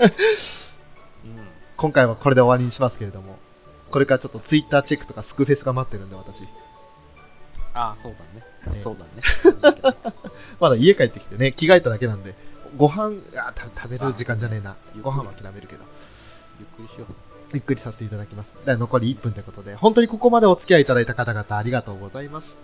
今回はこれで終わりにしますけれども、これからちょっとツイッターチェックとかスクフェスが待ってるんで、私。 ああ、そうだね。そうだね。 まだ家帰ってきてね、着替えただけなんで、ご飯、食べる時間じゃねえな。ご飯は諦めるけど。 ゆっくりしよう。 ゆっくりさせていただきます。で残り1分ということで、本当にここまでお付き合いいただいた方々ありがとうございました。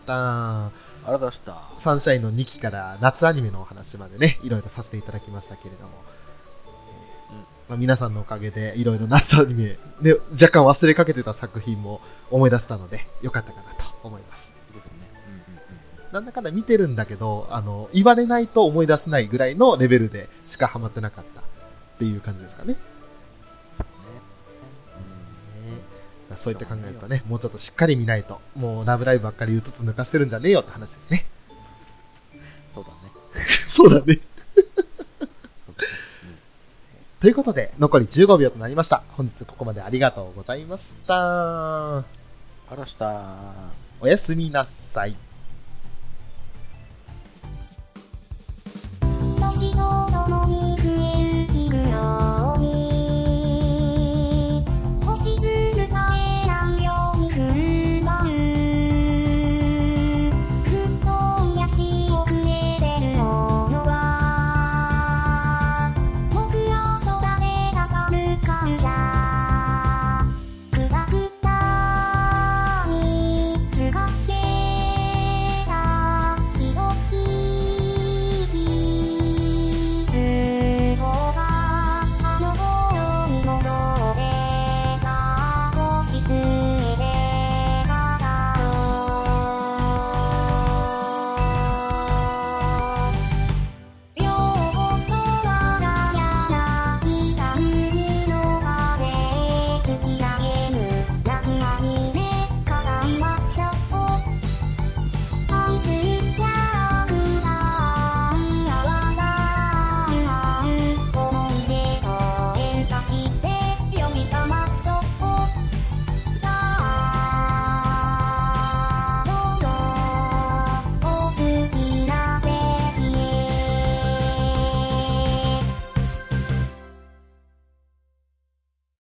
ありがとうございました。 サンシャインの2期から夏アニメのお話までね、いろいろさせていただきましたけれども、まあ、皆さんのおかげでいろいろ夏アニメ、ね、若干忘れかけてた作品も思い出せたので、よかったかなと思います。 ですね。 なんだかんだ見てるんだけど、言われないと思い出せないぐらいのレベルでしかハマってなかったっていう感じですかね。そういった考えるとね、もうちょっとしっかり見ないと、もうラブライブばっかりうつつ抜かしてるんじゃねえよって話ですね。 そうだね。 そうだね。 そうだね。 ということで、残り15秒となりました。本日ここまでありがとうございました。 あらした。 おやすみなさい。 時とともに増える日々の